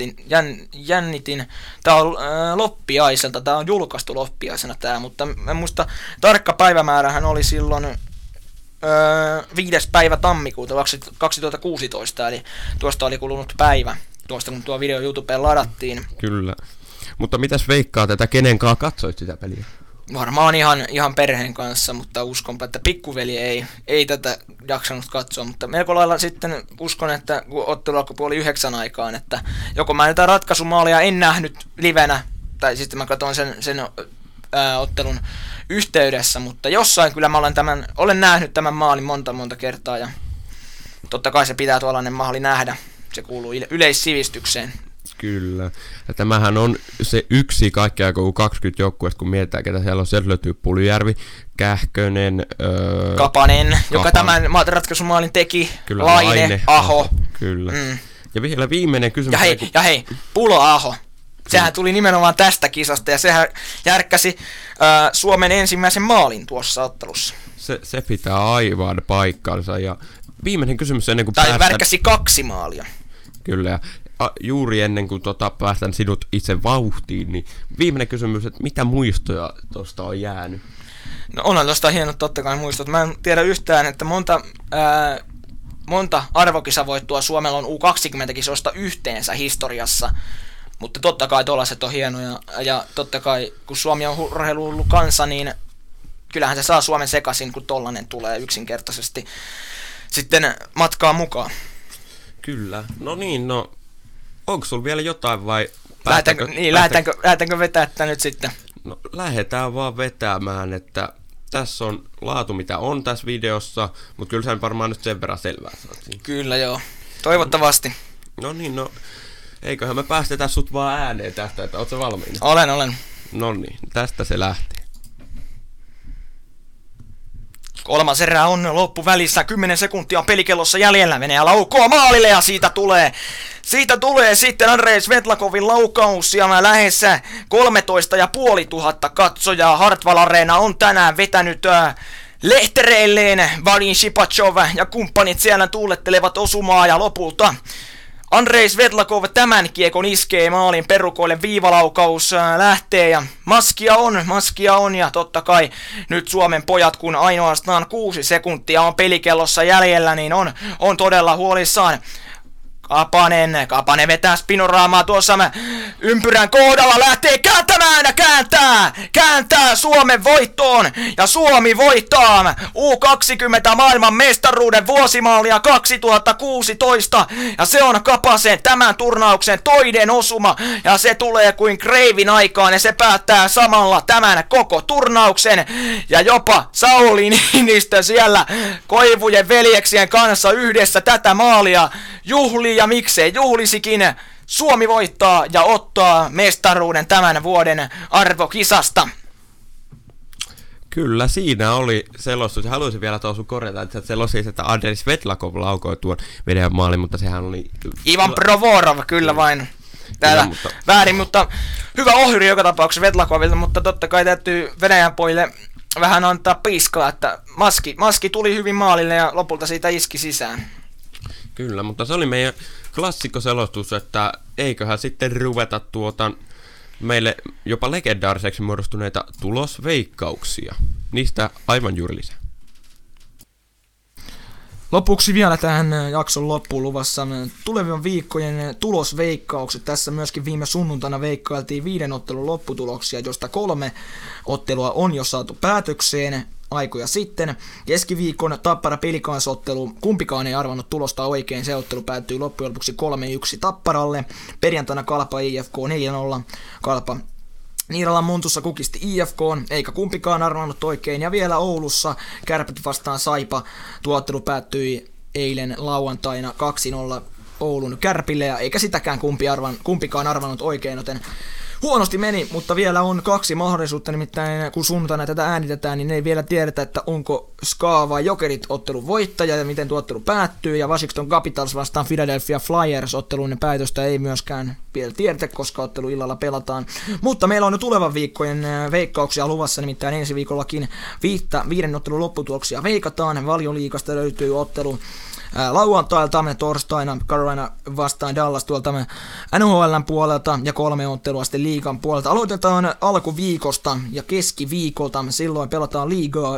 jännitin. Tää on loppiaiselta, tää on julkaistu loppiaisena tää, mutta mä en muista, tarkka päivämäärähän oli silloin 5. päivä tammikuuta 2016, eli tuosta oli kulunut päivä, tuosta kun tuo video YouTubeen ladattiin. Kyllä. Mutta mitäs veikkaa tätä, kenenkaan katsoit sitä peliä? Varmaan ihan perheen kanssa, mutta uskonpa, että pikkuveli ei tätä jaksanut katsoa, mutta melko lailla sitten uskon, että kun ottelu alkoi 8:30 aikaan, että joko mä jotain ratkaisumaalia en nähnyt livenä, tai sitten mä katsoin sen ottelun yhteydessä, mutta jossain kyllä mä olen nähnyt tämän maalin monta kertaa, ja totta kai se pitää tuollainen maali nähdä, se kuuluu yleissivistykseen. Kyllä. Ja tämähän on se yksi kaikkea kuin 20 joukkueesta, kun mietitään, ketä siellä on. Sieltä löytyy Puljujärvi, Kähkönen, Kapanen, joka tämän ratkaisumaalin teki, kyllä, Laine, Aho. Kyllä. Ja vielä viimeinen kysymys. Ja hei, Pulo Aho. Sehän tuli nimenomaan tästä kisasta, ja sehän järkkäsi Suomen ensimmäisen maalin tuossa ottelussa. Se pitää aivan paikkansa. Ja viimeinen kysymys ennen kuin päästään... värkkäsi 2 maalia. Kyllä, ja juuri ennen kuin päästään sinut itse vauhtiin, niin viimeinen kysymys, että mitä muistoja tuosta on jäänyt? No onhan tuosta hienot totta kai muistot. Mä en tiedä yhtään, että monta arvokisavoittua Suomella on U20-kisoista yhteensä historiassa, mutta totta kai tuollaiset on hienoja, ja totta kai kun Suomi on urheiluillut kansa, niin kyllähän se saa Suomen sekaisin, kun tollanen tulee yksinkertaisesti sitten matkaa mukaan. Kyllä. No niin, onko sulla vielä jotain vai... Lähdetäänkö vetää tätä nyt sitten? No lähdetään vaan vetämään, että tässä on laatu mitä on tässä videossa, mutta kyllä sä varmaan nyt sen verran selvää saat. Kyllä joo, toivottavasti. No niin, no eiköhän me päästetään sut vaan ääneen tästä, että oot sä valmiina? Olen. No niin, tästä se lähtee. Kolmas erä on loppuvälissä, 10 sekuntia on pelikellossa jäljellä, Venäjä laukoo maalille ja siitä tulee sitten Andrei Svetlakovin laukaus ja lähes 13 500 katsojaa. Hartwall Areena on tänään vetänyt lehtereilleen. Vadim Shipachov ja kumppanit siellä tuulettelevat osumaa ja lopulta Andrei Svetlakov tämän kiekon iskee maalin perukoille, viivalaukaus lähtee ja maskia on ja totta kai nyt Suomen pojat, kun ainoastaan 6 sekuntia on pelikellossa jäljellä, niin on todella huolissaan. Kapanen vetää spinoraamaa tuossa ympyrän kohdalla, lähtee kääntämään ja kääntää Suomen voittoon ja Suomi voittaa U20 maailman mestaruuden vuosimaalia 2016 ja se on Kapasen tämän turnauksen toinen osuma ja se tulee kuin kreivin aikaan ja se päättää samalla tämän koko turnauksen ja jopa Sauli Niinistö siellä Koivujen veljeksien kanssa yhdessä tätä maalia juhli ja miksei juhlisikin. Suomi voittaa ja ottaa mestaruuden tämän vuoden arvokisasta. Kyllä, siinä oli selostus. Haluaisin vielä tuossa korjata, että selosis, että Andrei Svetlakov laukoi tuon Venäjän maalin, mutta sehän oli... Ivan Provorov, kyllä vain. Täällä mutta... väärin, mutta hyvä ohjuri joka tapauksessa Svetlakovilta, mutta totta kai täytyy Venäjän pojille vähän antaa piiskaa, että maski tuli hyvin maalille ja lopulta siitä iski sisään. Kyllä, mutta se oli meidän klassikkoselostus, että eiköhän sitten ruveta meille jopa legendaariseksi muodostuneita tulosveikkauksia. Niistä aivan juuri lisää. Lopuksi vielä tähän jakson loppuun luvassa tulevien viikkojen tulosveikkaukset. Tässä myöskin viime sunnuntaina veikkailtiin 5 ottelun lopputuloksia, josta 3 ottelua on jo saatu päätökseen aikoja sitten. Keskiviikon Tappara Pelikans-ottelu, kumpikaan ei arvannut tulosta oikein, se ottelu päättyi loppujen lopuksi 3-1 Tapparalle. Perjantaina Kalpa IFK 4-0, Kalpa Niiralan Muntussa kukisti IFK, eikä kumpikaan arvannut oikein. Ja vielä Oulussa Kärpät vastaan Saipa, tuo ottelu päättyi eilen lauantaina 2-0 Oulun Kärpille, ja eikä sitäkään kumpikaan arvannut oikein, joten huonosti meni, mutta vielä on 2 mahdollisuutta, nimittäin kun sunnuntaina tätä äänitetään, niin ei vielä tiedetä, että onko SKA vai Jokerit ottelun voittaja ja miten tuo ottelu päättyy, ja Washington Capitals vastaan Philadelphia Flyers ottelun päätöstä ei myöskään vielä tiedetä, koska ottelu illalla pelataan. Mutta meillä on jo tulevan viikkojen veikkauksia luvassa, nimittäin ensi viikollakin 5 ottelun lopputuloksia veikataan. Valioliigasta löytyy ottelu lauantailta, torstaina Carolina vastaan Dallas tuolta NHL:n puolelta ja 3 ottelua sitten liigan puolelta. Aloitetaan alkuviikosta ja keskiviikolta, silloin pelataan liigaa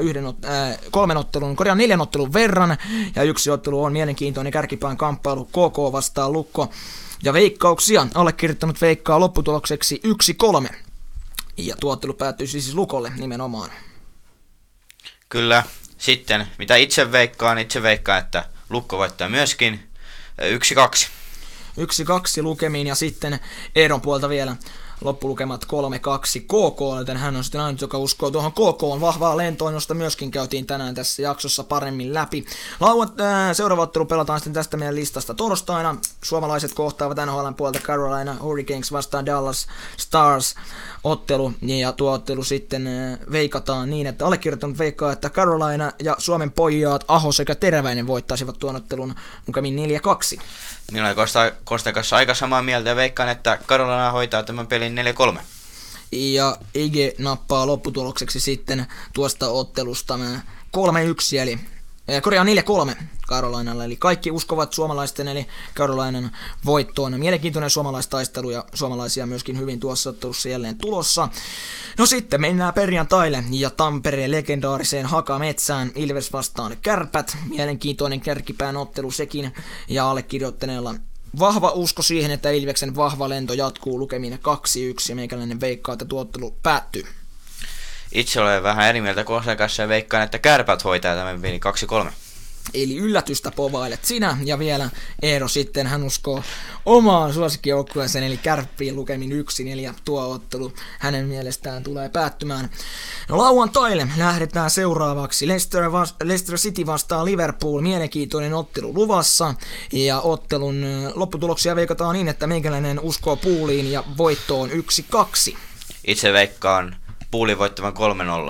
4 ottelun verran ja 1 ottelu on mielenkiintoinen kärkipään kamppailu KK vastaan Lukko. Ja veikkauksia allekirjoittanut veikkaa lopputulokseksi 1-3 ja tuo ottelu päättyy siis Lukolle nimenomaan. Kyllä, sitten mitä itse veikkaan, että Lukko voittaa myöskin 1-2. 1-2 lukemiin ja sitten Eedon puolta vielä loppulukemat 3-2 KK, joten hän on sitten ainut, joka uskoo tuohon KK:n vahvaa lentoon, josta myöskin käytiin tänään tässä jaksossa paremmin läpi. Seuraava ottelu pelataan sitten tästä meidän listasta torstaina. Suomalaiset kohtaavat NHL:n puolta Carolina Hurricanes vastaan Dallas Stars ottelu, ja tuo ottelu sitten veikataan niin, että allekirjoittanut veikkaa, että Carolina ja Suomen pojat Aho sekä Teräväinen voittaisivat tuon ottelun mukamin 4-2. Minä olen Kostan kanssa aika samaa mieltä ja veikkaan, että Carolina hoitaa tämän pelin 4-3. Ja Ige nappaa lopputulokseksi sitten tuosta ottelusta 3-1, eli 4-3 Carolinalle, eli kaikki uskovat suomalaisten, eli Carolinan voittoon. Mielenkiintoinen suomalaistaistelu ja suomalaisia myöskin hyvin tuossa ottelussa jälleen tulossa. No sitten mennään perjantaille ja Tampereen legendaariseen Hakametsään, Ilves vastaan Kärpät. Mielenkiintoinen kärkipään ottelu sekin, ja allekirjoittaneella vahva usko siihen, että Ilveksen vahva lento jatkuu lukemin 2-1, ja meikäläinen veikkaa, että tuo ottelu päättyy. Itse olen vähän eri mieltä Kostan kanssa ja veikkaan, että Kärpät hoitaa tämän pelin 2-3. Eli yllätystä povailet sinä, ja vielä Eero sitten, hän uskoo omaan suosikkijoukkueeseen, eli Kärppiin lukemin 1-4 tuo ottelu hänen mielestään tulee päättymään. No, lauantaille lähdetään seuraavaksi. Leicester City vastaa Liverpool, mielenkiintoinen ottelu luvassa, ja ottelun lopputuloksia veikataan niin, että meikäläinen uskoo Pooliin ja voittoon 1-2. Itse veikkaan Poolin voittavan 3-0.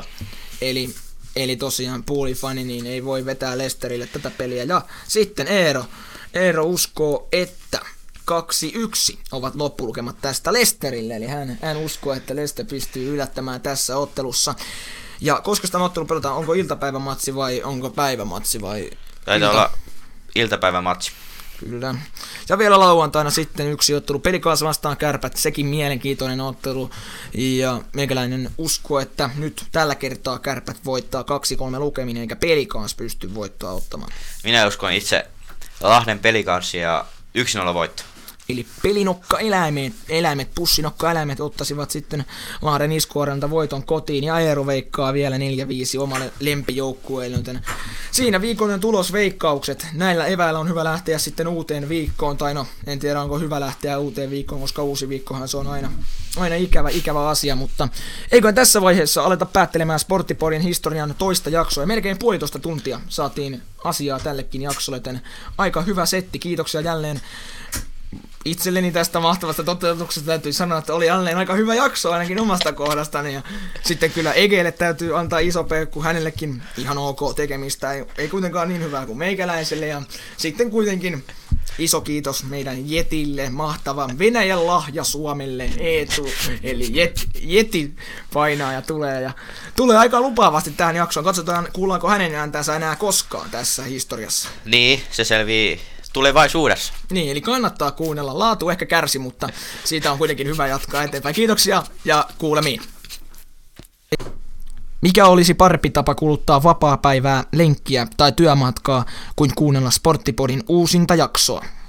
Eli tosiaan Pooli-fani niin ei voi vetää Leicesterille tätä peliä. Ja sitten Eero uskoo, että 2-1 ovat loppulukemat tästä Leicesterille. Eli hän uskoo, että Leicester pystyy yllättämään tässä ottelussa. Ja koska tämä ottelu pelataan, onko iltapäivämatsi vai onko päivämatsi vai... Taitaa olla iltapäivämatsi. Kyllä. Ja vielä lauantaina sitten yksi ottelu Pelicans vastaan Kärpät, sekin mielenkiintoinen ottelu. Ja meikäläinen uskoo, että nyt tällä kertaa Kärpät voittaa 2-3 lukeminen, eikä Pelicans pysty voittoa ottamaan. Minä uskon itse Lahden Pelicansia ja 1-0 voitto. Eli pelinokka-eläimet, pussinokka-eläimet ottaisivat sitten Lahden iskuareenalta voiton kotiin, ja Eero veikkaa vielä 4-5 omalle lempijoukkueelle. Joten siinä viikollinen tulosveikkaukset. Näillä eväillä on hyvä lähteä sitten uuteen viikkoon, tai no, en tiedä onko hyvä lähteä uuteen viikkoon, koska uusi viikkohan se on aina ikävä asia, mutta eiköhän tässä vaiheessa aleta päättelemään Sporttipodin historian toista jaksoa, ja melkein 1,5 tuntia saatiin asiaa tällekin jaksolle, joten aika hyvä setti, kiitoksia jälleen. Itselleni tästä mahtavasta toteutuksesta täytyy sanoa, että oli jälleen aika hyvä jakso ainakin omasta kohdastani. Ja sitten kyllä Egeelle täytyy antaa iso peukku, hänellekin ihan ok tekemistä, ei kuitenkaan niin hyvää kuin meikäläiselle. Ja sitten kuitenkin iso kiitos meidän Jetille, mahtavan Venäjän lahja Suomelle, Eetu, eli Jeti painaa ja tulee aika lupaavasti tähän jaksoon. Katsotaan, kuullaanko hänen ääntänsä enää koskaan tässä historiassa. Niin, se selvii tulevaisuudessa. Niin, eli kannattaa kuunnella. Laatu ehkä kärsi, mutta siitä on kuitenkin hyvä jatkaa eteenpäin. Kiitoksia ja kuulemiin. Mikä olisi parempi tapa kuluttaa vapaapäivää, lenkkiä tai työmatkaa kuin kuunnella Sporttipodin uusinta jaksoa?